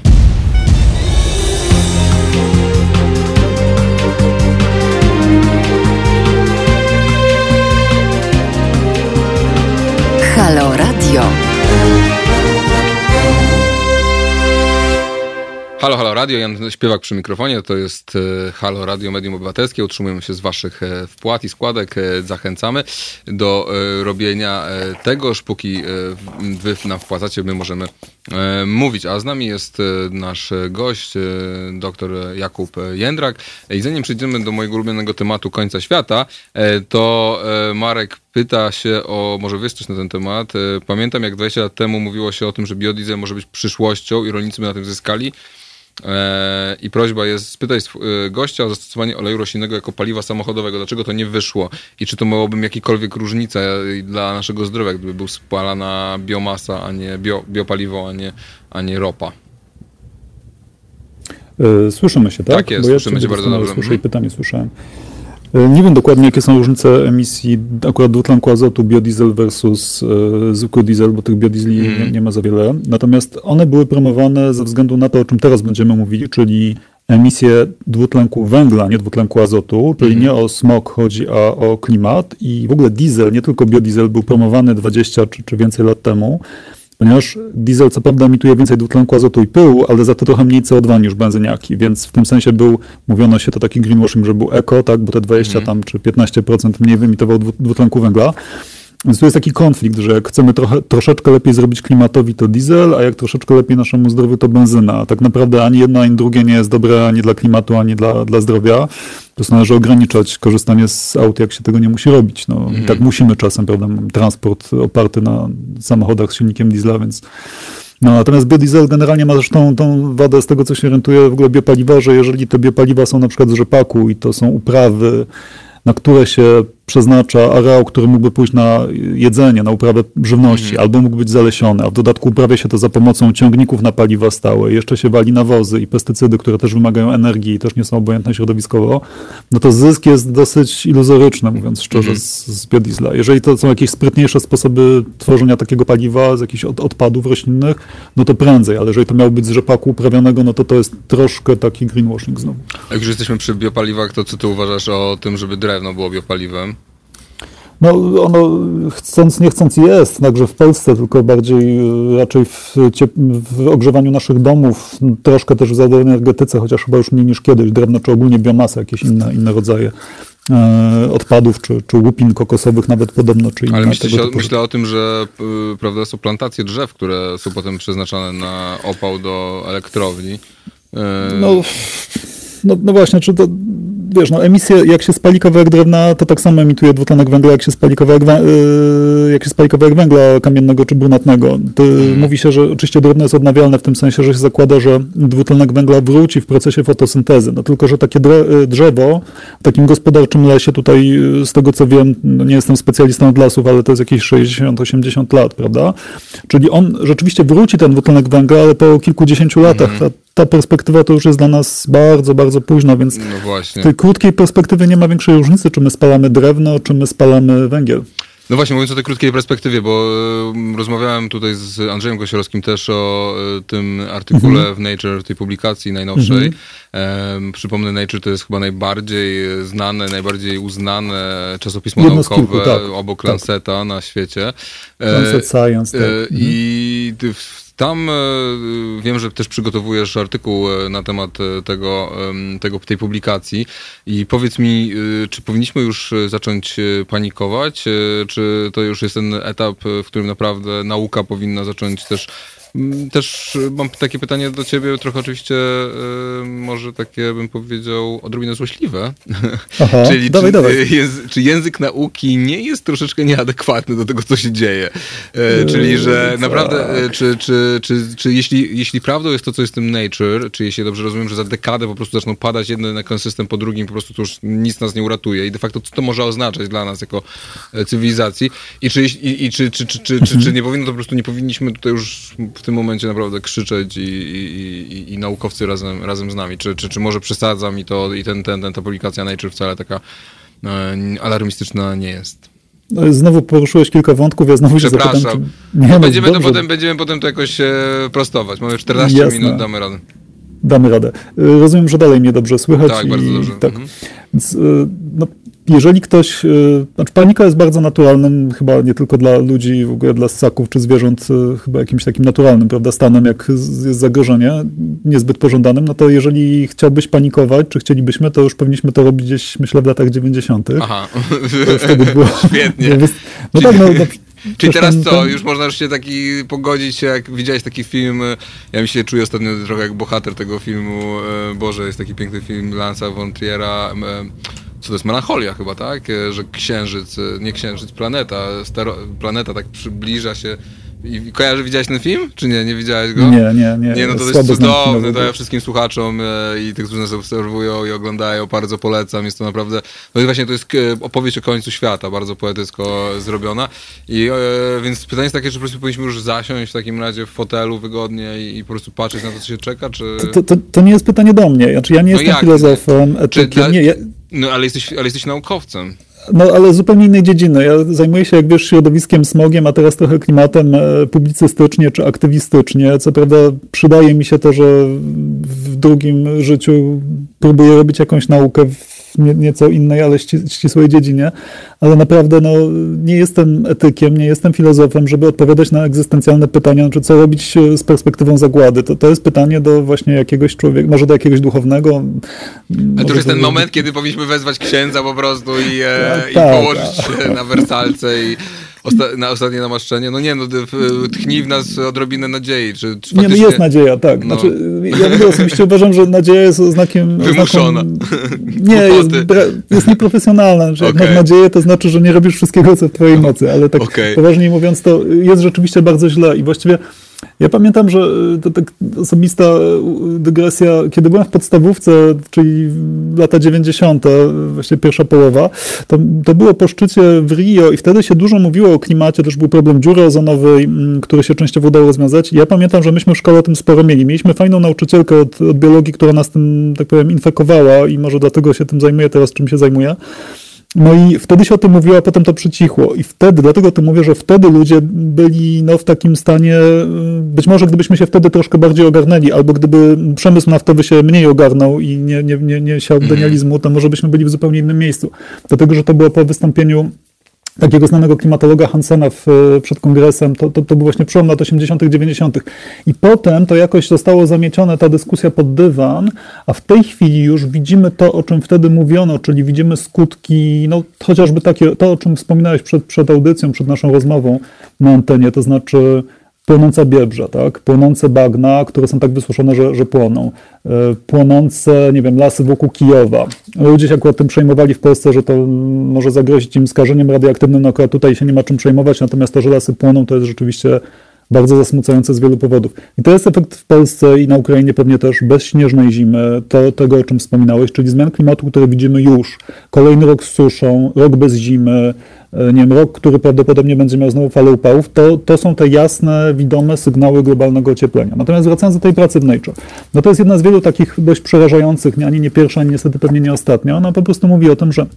Halo Radio. Halo, Halo Radio, Jan Śpiewak przy mikrofonie, to jest Halo Radio Medium Obywatelskie, utrzymujemy się z waszych wpłat i składek, zachęcamy do robienia tegoż, póki wy nam wpłacacie, my możemy mówić, a z nami jest nasz gość, dr Jakub Jędrak i zanim przejdziemy do mojego ulubionego tematu końca świata, to Marek pyta się o, może wiesz coś na ten temat, pamiętam jak 20 lat temu mówiło się o tym, że biodiesel może być przyszłością i rolnicy by na tym zyskali. I prośba jest, spytaj gościa o zastosowanie oleju roślinnego jako paliwa samochodowego. Dlaczego to nie wyszło? I czy to miałoby jakiekolwiek różnicę dla naszego zdrowia, gdyby był spalana biomasa, a nie biopaliwo, a nie ropa? Słyszymy się, tak? Tak jest, słyszymy się bardzo dobrze. Słyszę i pytanie słyszałem. Nie wiem dokładnie, jakie są różnice emisji akurat dwutlenku azotu biodiesel versus zwykły diesel, bo tych biodiesli nie ma za wiele. Natomiast one były promowane ze względu na to, o czym teraz będziemy mówili, czyli emisję dwutlenku węgla, nie dwutlenku azotu, czyli nie o smog chodzi, a o klimat. I w ogóle diesel, nie tylko biodiesel, był promowany 20 czy więcej lat temu, ponieważ diesel co prawda emituje więcej dwutlenku azotu i pyłu, ale za to trochę mniej CO2 niż benzyniaki, więc w tym sensie mówiono się to taki greenwashing, że był eko, tak, bo te 20 tam czy 15% mniej wyemitował dwutlenku węgla. Więc tu jest taki konflikt, że jak chcemy troszeczkę lepiej zrobić klimatowi, to diesel, a jak troszeczkę lepiej naszemu zdrowiu, to benzyna. Tak naprawdę ani jedno, ani drugie nie jest dobre ani dla klimatu, ani dla zdrowia. Po prostu należy ograniczać korzystanie z aut, jak się tego nie musi robić. No, i tak musimy czasem, prawda? Mamy transport oparty na samochodach z silnikiem diesla, więc... No, natomiast biodiesel generalnie ma zresztą tą wadę, z tego co się orientuje, w ogóle biopaliwa, że jeżeli te biopaliwa są na przykład z rzepaku i to są uprawy, na które się przeznacza areał, który mógłby pójść na jedzenie, na uprawę żywności, albo mógł być zalesiony, a w dodatku uprawia się to za pomocą ciągników na paliwa stałe, jeszcze się wali nawozy i pestycydy, które też wymagają energii i też nie są obojętne środowiskowo, no to zysk jest dosyć iluzoryczny, mówiąc szczerze, z biodiesla. Jeżeli to są jakieś sprytniejsze sposoby tworzenia takiego paliwa z jakichś odpadów roślinnych, no to prędzej, ale jeżeli to miało być z rzepaku uprawionego, no to jest troszkę taki greenwashing znowu. Jak już jesteśmy przy biopaliwach, to co ty uważasz o tym, żeby drewno było biopaliwem? No ono chcąc, nie chcąc jest, także w Polsce, tylko bardziej raczej w ogrzewaniu naszych domów, troszkę też w energetyce, chociaż chyba już mniej niż kiedyś, drewno czy ogólnie biomasa, jakieś inne rodzaje odpadów, czy łupin kokosowych nawet podobno, czy inne. Ale myślę o tym, że prawda, są plantacje drzew, które są potem przeznaczane na opał do elektrowni. No właśnie, czy to, wiesz, no emisje, jak się spali kawałek drewna, to tak samo emituje dwutlenek węgla, jak się spali kawałek węgla kamiennego czy brunatnego. Mówi się, że oczywiście drewno jest odnawialne w tym sensie, że się zakłada, że dwutlenek węgla wróci w procesie fotosyntezy. No tylko, że takie drzewo w takim gospodarczym lesie, tutaj z tego co wiem, no nie jestem specjalistą od lasów, ale to jest jakieś 60-80 lat, prawda? Czyli on rzeczywiście wróci, ten dwutlenek węgla, ale po kilkudziesięciu latach. Ta perspektywa to już jest dla nas bardzo, bardzo późno, więc w tej krótkiej perspektywie nie ma większej różnicy, czy my spalamy drewno, czy my spalamy węgiel. No właśnie, mówiąc o tej krótkiej perspektywie, bo rozmawiałem tutaj z Andrzejem Gosiorowskim też o tym artykule w Nature, w tej publikacji najnowszej. Przypomnę, Nature to jest chyba najbardziej znane, najbardziej uznane czasopismo naukowe obok Lanceta na świecie. Lancet Science, tak. I tam wiem, że też przygotowujesz artykuł na temat tej publikacji i powiedz mi, czy powinniśmy już zacząć panikować, czy to już jest ten etap, w którym naprawdę nauka powinna zacząć też mam takie pytanie do ciebie, trochę oczywiście może takie, bym powiedział, odrobinę złośliwe. Aha, czyli dawaj. Czy język nauki nie jest troszeczkę nieadekwatny do tego, co się dzieje? Czyli, że naprawdę, czy jeśli prawdą jest to, co jest w tym Nature, czy jeśli dobrze rozumiem, że za dekadę po prostu zaczną padać jeden ekosystem po drugim, po prostu to już nic nas nie uratuje i de facto co to może oznaczać dla nas jako cywilizacji? Czy nie powinno to po prostu, nie powinniśmy tutaj już w tym momencie naprawdę krzyczeć i naukowcy razem z nami? Czy może przesadzam i ta publikacja Nature wcale taka alarmistyczna nie jest? Znowu poruszyłeś kilka wątków, ja znowu się zapytam, będziemy potem to jakoś prostować. Mamy 14 minut, damy radę. Damy radę. Rozumiem, że dalej mnie dobrze słychać. Tak, bardzo dobrze. Tak. Więc, jeżeli ktoś, znaczy panika jest bardzo naturalnym, chyba nie tylko dla ludzi, w ogóle dla ssaków czy zwierząt, chyba jakimś takim naturalnym, prawda, stanem, jak jest zagrożenie, niezbyt pożądanym, no to jeżeli chciałbyś panikować, czy chcielibyśmy, to już powinniśmy to robić gdzieś, myślę, w latach 90. Aha, wtedy było, świetnie. No tak, no czyli teraz co, już można już się taki pogodzić, jak widziałeś taki film, ja mi się czuję ostatnio trochę jak bohater tego filmu, Boże, jest taki piękny film Lance'a von Trier'a, co to jest, Melancholia chyba, tak? Że księżyc, nie księżyc, planeta tak przybliża się. I kojarzy, widziałeś ten film? Czy nie? Nie widziałeś go? Nie, no to jest cudowny, to ja wszystkim słuchaczom i tych, którzy nas obserwują i oglądają, bardzo polecam. Jest to naprawdę, to jest opowieść o końcu świata, bardzo poetycko zrobiona. I więc pytanie jest takie, czy po prostu powinniśmy już zasiąść w takim razie w fotelu wygodnie i po prostu patrzeć na to, co się czeka, czy... To nie jest pytanie do mnie. Znaczy, ja nie jestem filozofem, etykiem. No ale jesteś naukowcem. No, ale zupełnie innej dziedziny. Ja zajmuję się, jak wiesz, środowiskiem, smogiem, a teraz trochę klimatem publicystycznie czy aktywistycznie. Co prawda przydaje mi się to, że w drugim życiu próbuję robić jakąś naukę w nieco innej, ale ścisłej dziedzinie, ale naprawdę nie jestem etykiem, nie jestem filozofem, żeby odpowiadać na egzystencjalne pytania, czy co robić z perspektywą zagłady. To jest pytanie do właśnie jakiegoś człowieka, może do jakiegoś duchownego. A to już jest ten moment, kiedy powinniśmy wezwać księdza po prostu i położyć się na wersalce i na ostatnie namaszczenie. Tchnij w nas odrobinę nadziei. Czy faktycznie... Nie, jest nadzieja, tak. Znaczy, ja osobiście uważam, że nadzieja jest oznakiem... Wymuszona. Jest nieprofesjonalna. Jak masz nadzieję, to znaczy, że nie robisz wszystkiego, co w twojej mocy, ale tak poważniej mówiąc, to jest rzeczywiście bardzo źle i właściwie ja pamiętam, że to tak osobista dygresja, kiedy byłem w podstawówce, czyli lata 90., właśnie pierwsza połowa, to było po szczycie w Rio i wtedy się dużo mówiło o klimacie, też był problem dziury ozonowej, który się częściowo udało rozwiązać. I ja pamiętam, że myśmy w szkole o tym sporo mieli. Mieliśmy fajną nauczycielkę od biologii, która nas tym, tak powiem, infekowała i może dlatego się tym zajmuję teraz, czym się zajmuję. No i wtedy się o tym mówiło, a potem to przycichło. I dlatego to mówię, że wtedy ludzie byli w takim stanie, być może gdybyśmy się wtedy troszkę bardziej ogarnęli, albo gdyby przemysł naftowy się mniej ogarnął i nie siał denializmu, to może byśmy byli w zupełnie innym miejscu. Dlatego, że to było po wystąpieniu takiego znanego klimatologa Hansena przed kongresem, to był właśnie przełom lat 80., 90. I potem to jakoś zostało zamiecione, ta dyskusja pod dywan, a w tej chwili już widzimy to, o czym wtedy mówiono, czyli widzimy skutki, chociażby takie, to o czym wspominałeś przed audycją, przed naszą rozmową na antenie, to znaczy płonąca Biebrza, tak? Płonące bagna, które są tak wysuszone, że płoną. Płonące, lasy wokół Kijowa. Ludzie się akurat tym przejmowali w Polsce, że to może zagrozić im skażeniem radioaktywnym, akurat tutaj się nie ma czym przejmować, natomiast to, że lasy płoną, to jest rzeczywiście bardzo zasmucające z wielu powodów. I to jest efekt w Polsce i na Ukrainie pewnie też bezśnieżnej zimy, tego, o czym wspominałeś, czyli zmian klimatu, które widzimy już. Kolejny rok z suszą, rok bez zimy, rok, który prawdopodobnie będzie miał znowu falę upałów, to są te jasne, widome sygnały globalnego ocieplenia. Natomiast wracając do tej pracy w Nature, to jest jedna z wielu takich dość przerażających, ani nie pierwsza, ani niestety pewnie nie ostatnia. Ona po prostu mówi o tym, że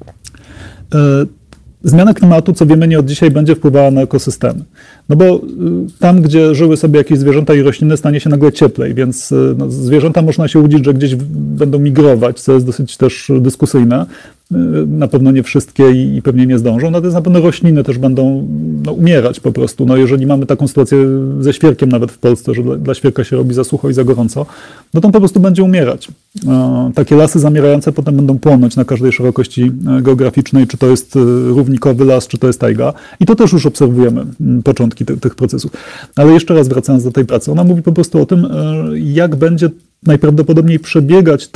zmiana klimatu, co wiemy, nie od dzisiaj będzie wpływała na ekosystemy. Bo tam, gdzie żyły sobie jakieś zwierzęta i rośliny, stanie się nagle cieplej, więc zwierzęta można się łudzić, że gdzieś będą migrować, co jest dosyć też dyskusyjne. Na pewno nie wszystkie i pewnie nie zdążą, natomiast na pewno rośliny też będą umierać po prostu. Jeżeli mamy taką sytuację ze świerkiem nawet w Polsce, że dla świerka się robi za sucho i za gorąco, to on po prostu będzie umierać. Takie lasy zamierające potem będą płonąć na każdej szerokości geograficznej, czy to jest równikowy las, czy to jest tajga. I to też już obserwujemy początki tych procesów. Ale jeszcze raz wracając do tej pracy, ona mówi po prostu o tym, jak będzie najprawdopodobniej przebiegać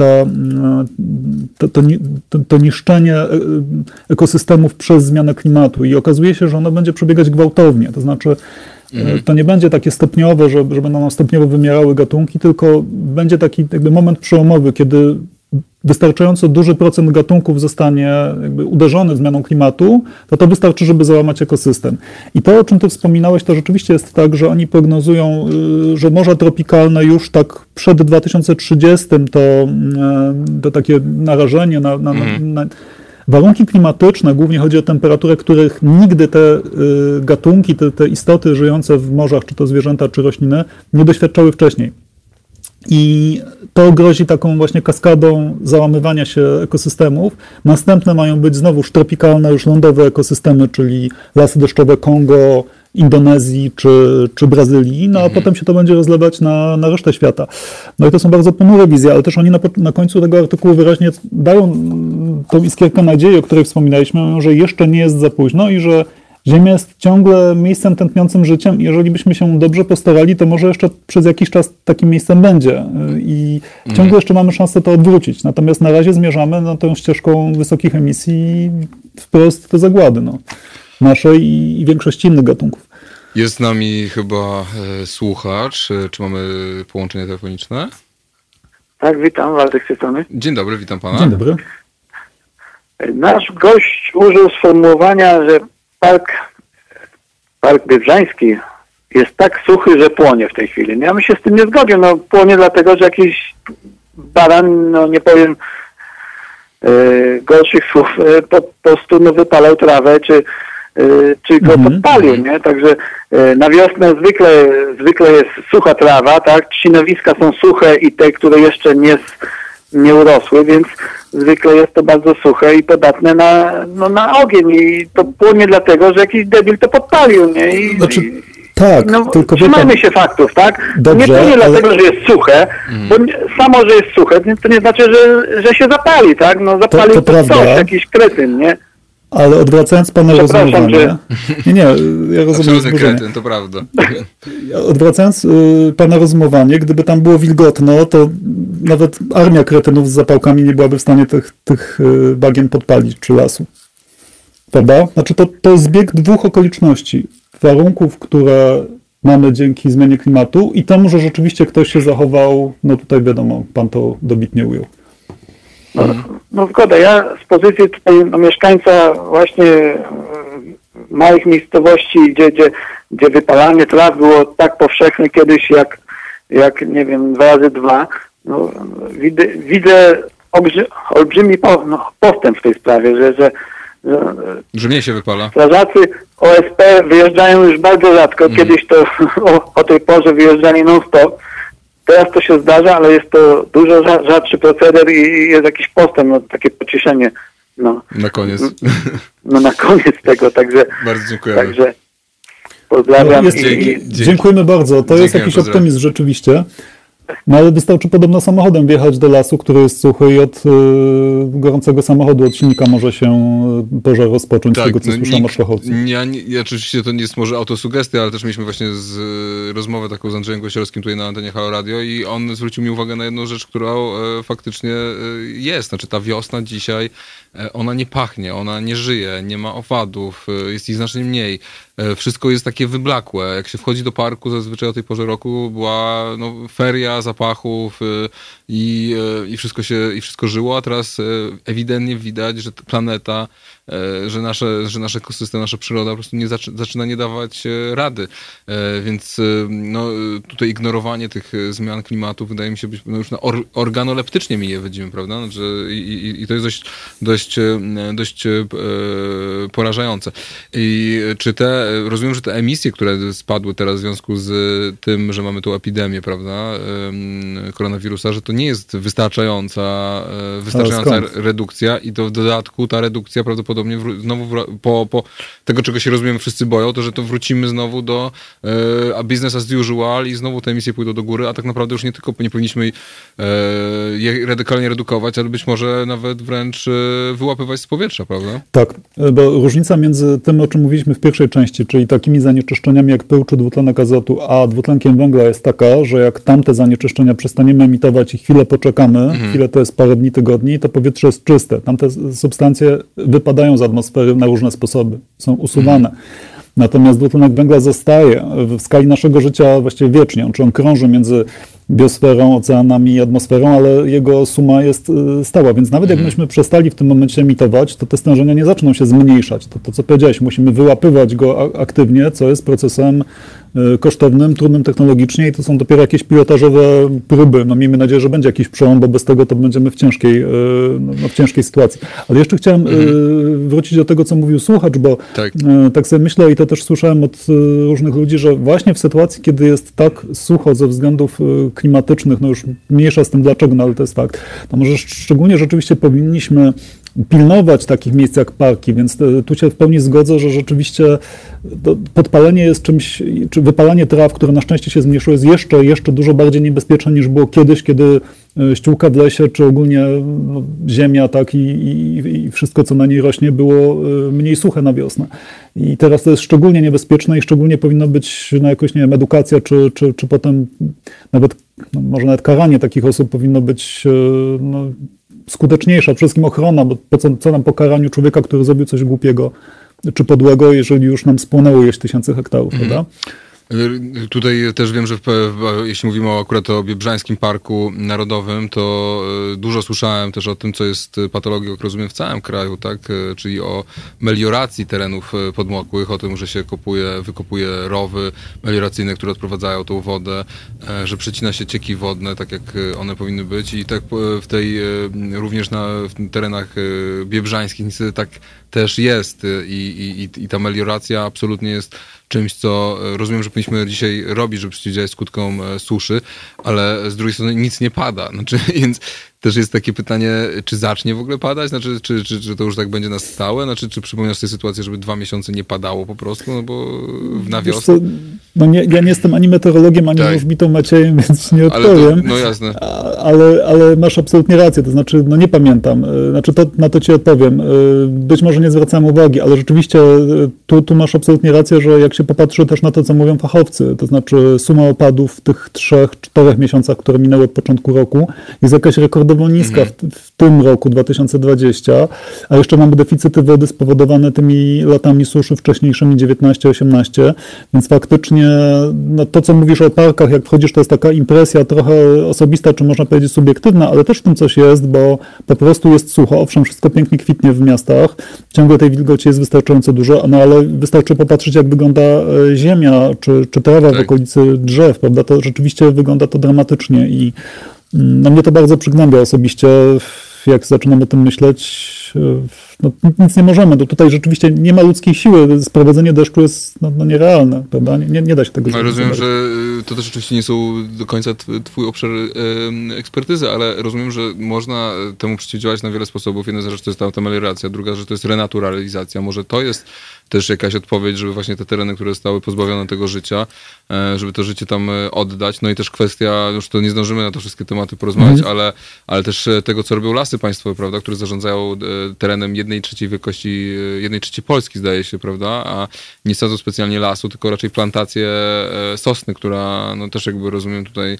to niszczenie ekosystemów przez zmianę klimatu i okazuje się, że ono będzie przebiegać gwałtownie, to znaczy to nie będzie takie stopniowe, że będą nam stopniowo wymierały gatunki, tylko będzie taki moment przełomowy, kiedy wystarczająco duży procent gatunków zostanie uderzony zmianą klimatu, to wystarczy, żeby załamać ekosystem. I to, o czym ty wspominałeś, to rzeczywiście jest tak, że oni prognozują, że morza tropikalne już tak przed 2030 to takie narażenie na warunki klimatyczne, głównie chodzi o temperaturę, których nigdy te gatunki, te istoty żyjące w morzach, czy to zwierzęta, czy rośliny, nie doświadczały wcześniej. I to grozi taką właśnie kaskadą załamywania się ekosystemów. Następne mają być znowuż tropikalne, już lądowe ekosystemy, czyli lasy deszczowe Kongo, Indonezji czy Brazylii, no a potem się to będzie rozlewać na resztę świata. No i to są bardzo ponure wizje, ale też oni na końcu tego artykułu wyraźnie dają tą iskierkę nadziei, o której wspominaliśmy, że jeszcze nie jest za późno i że Ziemia jest ciągle miejscem tętniącym życiem. Jeżeli byśmy się dobrze postarali, to może jeszcze przez jakiś czas takim miejscem będzie. I ciągle jeszcze mamy szansę to odwrócić. Natomiast na razie zmierzamy na tą ścieżką wysokich emisji wprost do zagłady. No. Naszej i większości innych gatunków. Jest z nami chyba słuchacz. Czy mamy połączenie telefoniczne? Tak, witam, Waldek z tej strony. Dzień dobry, witam pana. Dzień dobry. Nasz gość użył sformułowania, że Park Biebrzański jest tak suchy, że płonie w tej chwili. Ja bym się z tym nie zgodził. No, płonie dlatego, że jakiś baran, no nie powiem gorszych słów, po prostu no, wypalał trawę, czy go podpalił, nie? Także na wiosnę zwykle jest sucha trawa, tak? Trzcinowiska są suche i te, które jeszcze nie urosły, więc zwykle jest to bardzo suche i podatne na ogień i to płonie dlatego, że jakiś debil to podpalił, nie? Tak, no, tylko trzymajmy się faktów, tak? Dobrze, nie płonie dlatego, że jest suche, bo samo, że jest suche, to nie znaczy, że się zapali, tak? No zapalił to prawda. coś, jakiś kretyn, nie? Ale odwracając pana rozumowanie... Nie, ja rozumiem absolutny kretyn, to prawda. Odwracając pana rozumowanie, gdyby tam było wilgotno, to nawet armia kretynów z zapałkami nie byłaby w stanie tych bagien podpalić czy lasu. Prawda? Znaczy to jest zbieg dwóch okoliczności. Warunków, które mamy dzięki zmianie klimatu i temu, że rzeczywiście ktoś się zachował, no tutaj wiadomo, pan to dobitnie ujął. No zgoda, ja z pozycji tutaj mieszkańca właśnie małych miejscowości, gdzie wypalanie traw było tak powszechne kiedyś jak nie wiem, 2x2, no, widzę olbrzymi postęp w tej sprawie, że mniej się wypala. Strażacy OSP wyjeżdżają już bardzo rzadko, kiedyś to o tej porze wyjeżdżali non-stop. Teraz to się zdarza, ale jest to dużo rzadszy proceder i jest jakiś postęp, no takie pocieszenie. No. Na koniec. No na koniec tego, także... Bardzo dziękujemy. Także pozdrawiam. Dziękujemy bardzo. To jest jakiś optymizm rzeczywiście. No ale wystarczy podobno samochodem wjechać do lasu, który jest suchy i od gorącego samochodu, od silnika może się pożar rozpocząć, z tego co słyszałem od fachowców. Oczywiście to nie jest może autosugestia, ale też mieliśmy właśnie rozmowę taką z Andrzejem Głościerowskim tutaj na antenie Halo Radio i on zwrócił mi uwagę na jedną rzecz, która faktycznie jest. Znaczy ta wiosna dzisiaj, ona nie pachnie, ona nie żyje, nie ma owadów, jest ich znacznie mniej. Wszystko jest takie wyblakłe. Jak się wchodzi do parku, zazwyczaj o tej porze roku była feria zapachów i wszystko żyło, a teraz ewidentnie widać, że planeta, że nasz ekosystem, nasza przyroda po prostu zaczyna nie dawać rady. Więc tutaj ignorowanie tych zmian klimatu wydaje mi się być już organoleptycznie mi je widzimy, prawda? Znaczy, i to jest dość porażające. I czy rozumiem, że te emisje, które spadły teraz w związku z tym, że mamy tu epidemię, prawda, koronawirusa, że to nie jest wystarczająca redukcja i to w dodatku ta redukcja prawdopodobnie znowu po tego, czego się rozumiemy wszyscy boją, to że to wrócimy znowu do business as usual i znowu te emisje pójdą do góry, a tak naprawdę już nie powinniśmy je radykalnie redukować, ale być może nawet wręcz wyłapywać z powietrza, prawda? Tak, bo różnica między tym, o czym mówiliśmy w pierwszej części, czyli takimi zanieczyszczeniami jak pył czy dwutlenek azotu, a dwutlenkiem węgla jest taka, że jak tamte zanieczyszczenia przestaniemy emitować i chwilę poczekamy, chwilę to jest parę dni, tygodni, to powietrze jest czyste. Tamte substancje wypadają z atmosfery na różne sposoby, są usuwane. Natomiast dwutlenek węgla zostaje w skali naszego życia właściwie wiecznie. On krąży między biosferą, oceanami i atmosferą, ale jego suma jest stała. Więc nawet jak myśmy przestali w tym momencie emitować, to te stężenia nie zaczną się zmniejszać. To co powiedziałeś, musimy wyłapywać go aktywnie, co jest procesem kosztownym, trudnym technologicznie i to są dopiero jakieś pilotażowe próby. No miejmy nadzieję, że będzie jakiś przełom, bo bez tego to będziemy w ciężkiej sytuacji. Ale jeszcze chciałem wrócić do tego, co mówił słuchacz, bo tak sobie myślę i to też słyszałem od różnych ludzi, że właśnie w sytuacji, kiedy jest tak sucho ze względów klimatycznych, no już mniejsza z tym dlaczego, no ale to jest fakt. No może szczególnie rzeczywiście powinniśmy pilnować takich miejsc jak parki, więc tu się w pełni zgodzę, że rzeczywiście podpalenie jest czymś, czy wypalanie traw, które na szczęście się zmniejszyło, jest jeszcze dużo bardziej niebezpieczne niż było kiedyś, kiedy ściółka w lesie, czy ogólnie ziemia, tak, i wszystko, co na niej rośnie, było mniej suche na wiosnę. I teraz to jest szczególnie niebezpieczne i szczególnie powinno być jakoś, nie wiem, edukacja, czy potem nawet, może nawet karanie takich osób powinno być skuteczniejsza, przede wszystkim ochrona, bo co nam po karaniu człowieka, który zrobił coś głupiego czy podłego, jeżeli już nam spłonęło ileś tysięcy hektarów, prawda? Tutaj też wiem, że jeśli mówimy akurat o Biebrzańskim Parku Narodowym, to dużo słyszałem też o tym, co jest patologią, jak rozumiem, w całym kraju, tak? Czyli o melioracji terenów podmokłych, o tym, że się wykopuje rowy melioracyjne, które odprowadzają tą wodę, że przecina się cieki wodne, tak jak one powinny być i tak również w terenach biebrzańskich niestety tak też jest i ta melioracja absolutnie jest czymś, co rozumiem, że powinniśmy dzisiaj robić, żeby przeciwdziałać skutkom suszy, ale z drugiej strony nic nie pada. Znaczy, więc też jest takie pytanie, czy zacznie w ogóle padać? Znaczy, czy to już tak będzie na stałe? Znaczy, czy przypominasz sobie sytuację, żeby 2 miesiące nie padało po prostu? No bo na wiosnę... Ja nie jestem ani meteorologiem, ani wróżbitą Maciejem, więc nie odpowiem. No jasne. Ale masz absolutnie rację, to znaczy, nie pamiętam. Znaczy, na to ci odpowiem. Być może nie zwracałem uwagi, ale rzeczywiście tu masz absolutnie rację, że jak się popatrzy też na to, co mówią fachowcy, to znaczy suma opadów w tych 3-4 miesiącach, które minęły od początku roku, jest jakaś rekordowo niska w tym roku 2020, a jeszcze mamy deficyty wody spowodowane tymi latami suszy wcześniejszymi 19-18, więc faktycznie to, co mówisz o parkach, jak wchodzisz, to jest taka impresja trochę osobista, czy można powiedzieć subiektywna, ale też w tym coś jest, bo po prostu jest sucho. Owszem, wszystko pięknie kwitnie w miastach, ciągle tej wilgoci jest wystarczająco dużo, ale wystarczy popatrzeć, jak wygląda ziemia, czy trawa w okolicy drzew, prawda? To rzeczywiście wygląda to dramatycznie i mnie to bardzo przygnębia osobiście, jak zaczynam o tym myśleć. Nic nie możemy. Tutaj rzeczywiście nie ma ludzkiej siły. Sprowadzenie deszczu jest nierealne, prawda? Nie da się tego zrobić. Rozumiem, że to też oczywiście nie są do końca twój obszar ekspertyzy, ale rozumiem, że można temu przeciwdziałać na wiele sposobów. Jedna rzecz to jest ta melioracja, druga rzecz to jest renaturalizacja. Może to jest też jakaś odpowiedź, żeby właśnie te tereny, które zostały pozbawione tego życia, żeby to życie tam oddać. No i też kwestia, już to nie zdążymy na te wszystkie tematy porozmawiać, ale też tego, co robią lasy państwowe, prawda, które zarządzają terenem 1/3 wielkości, 1/3 Polski, zdaje się, prawda, a nie sadzą specjalnie lasu, tylko raczej plantację sosny, która też jakby rozumiem tutaj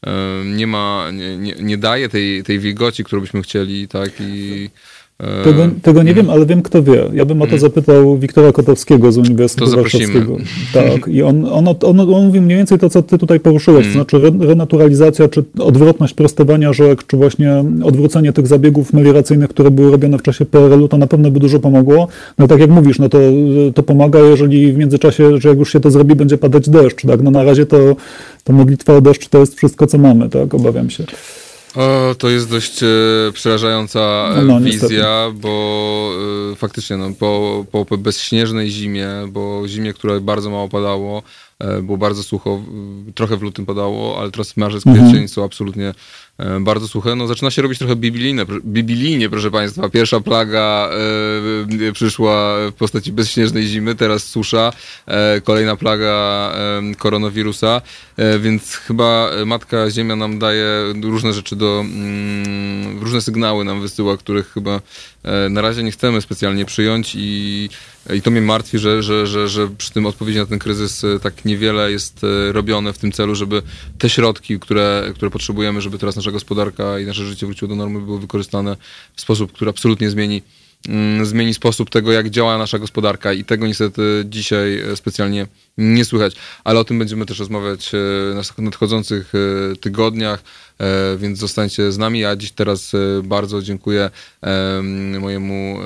nie daje tej wilgoci, którą byśmy chcieli, tak, i Tego nie wiem, ale wiem, kto wie. Ja bym o to zapytał Wiktora Kotowskiego z Uniwersytetu Warszawskiego. Tak, i on mówi mniej więcej to, co ty tutaj poruszyłeś, to znaczy renaturalizacja, czy odwrotność prostowania rzek, czy właśnie odwrócenie tych zabiegów melioracyjnych, które były robione w czasie PRL-u, to na pewno by dużo pomogło. No tak jak mówisz, to pomaga, jeżeli w międzyczasie, że jak już się to zrobi, będzie padać deszcz, tak? Na razie to modlitwa o deszcz to jest wszystko, co mamy, tak? Obawiam się. To jest dość przerażająca wizja, bo faktycznie po bezśnieżnej zimie, bo zimie, która bardzo mało padało, było bardzo sucho, trochę w lutym padało, ale teraz marzec, kwiecień są absolutnie bardzo suche. Zaczyna się robić trochę biblijnie, proszę Państwa. Pierwsza plaga przyszła w postaci bezśnieżnej zimy, teraz susza, kolejna plaga koronawirusa, więc chyba Matka Ziemia nam daje różne rzeczy różne sygnały nam wysyła, których chyba na razie nie chcemy specjalnie przyjąć i to mnie martwi, że przy tym odpowiedzi na ten kryzys tak niewiele jest robione w tym celu, żeby te środki, które potrzebujemy, żeby teraz nasza gospodarka i nasze życie wróciło do normy, były wykorzystane w sposób, który absolutnie zmieni sposób tego, jak działa nasza gospodarka i tego niestety dzisiaj specjalnie nie słychać. Ale o tym będziemy też rozmawiać w nadchodzących tygodniach, więc zostańcie z nami. Ja dziś teraz bardzo dziękuję mojemu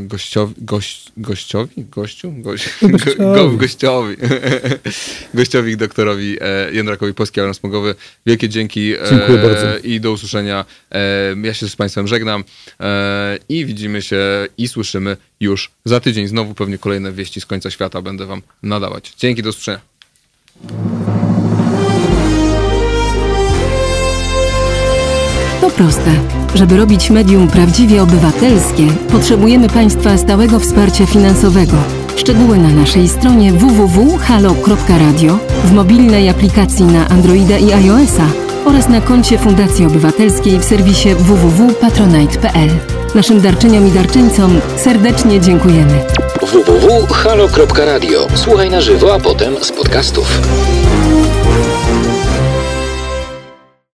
gościowi, doktorowi Jędrakowi Polski Alarm Smogowy. Wielkie dzięki. Dziękuję bardzo. I do usłyszenia. Ja się z Państwem żegnam i widzimy się i słyszymy już za tydzień. Znowu pewnie kolejne wieści z końca świata będę Wam nadawać. Dzięki, do usłyszenia. To proste. Żeby robić medium prawdziwie obywatelskie, potrzebujemy Państwa stałego wsparcia finansowego. Szczegóły na naszej stronie www.halo.radio, w mobilnej aplikacji na Androida i iOS-a oraz na koncie Fundacji Obywatelskiej w serwisie www.patronite.pl. Naszym darczyniom i darczyńcom serdecznie dziękujemy. www.halo.radio. Słuchaj na żywo, a potem z podcastów.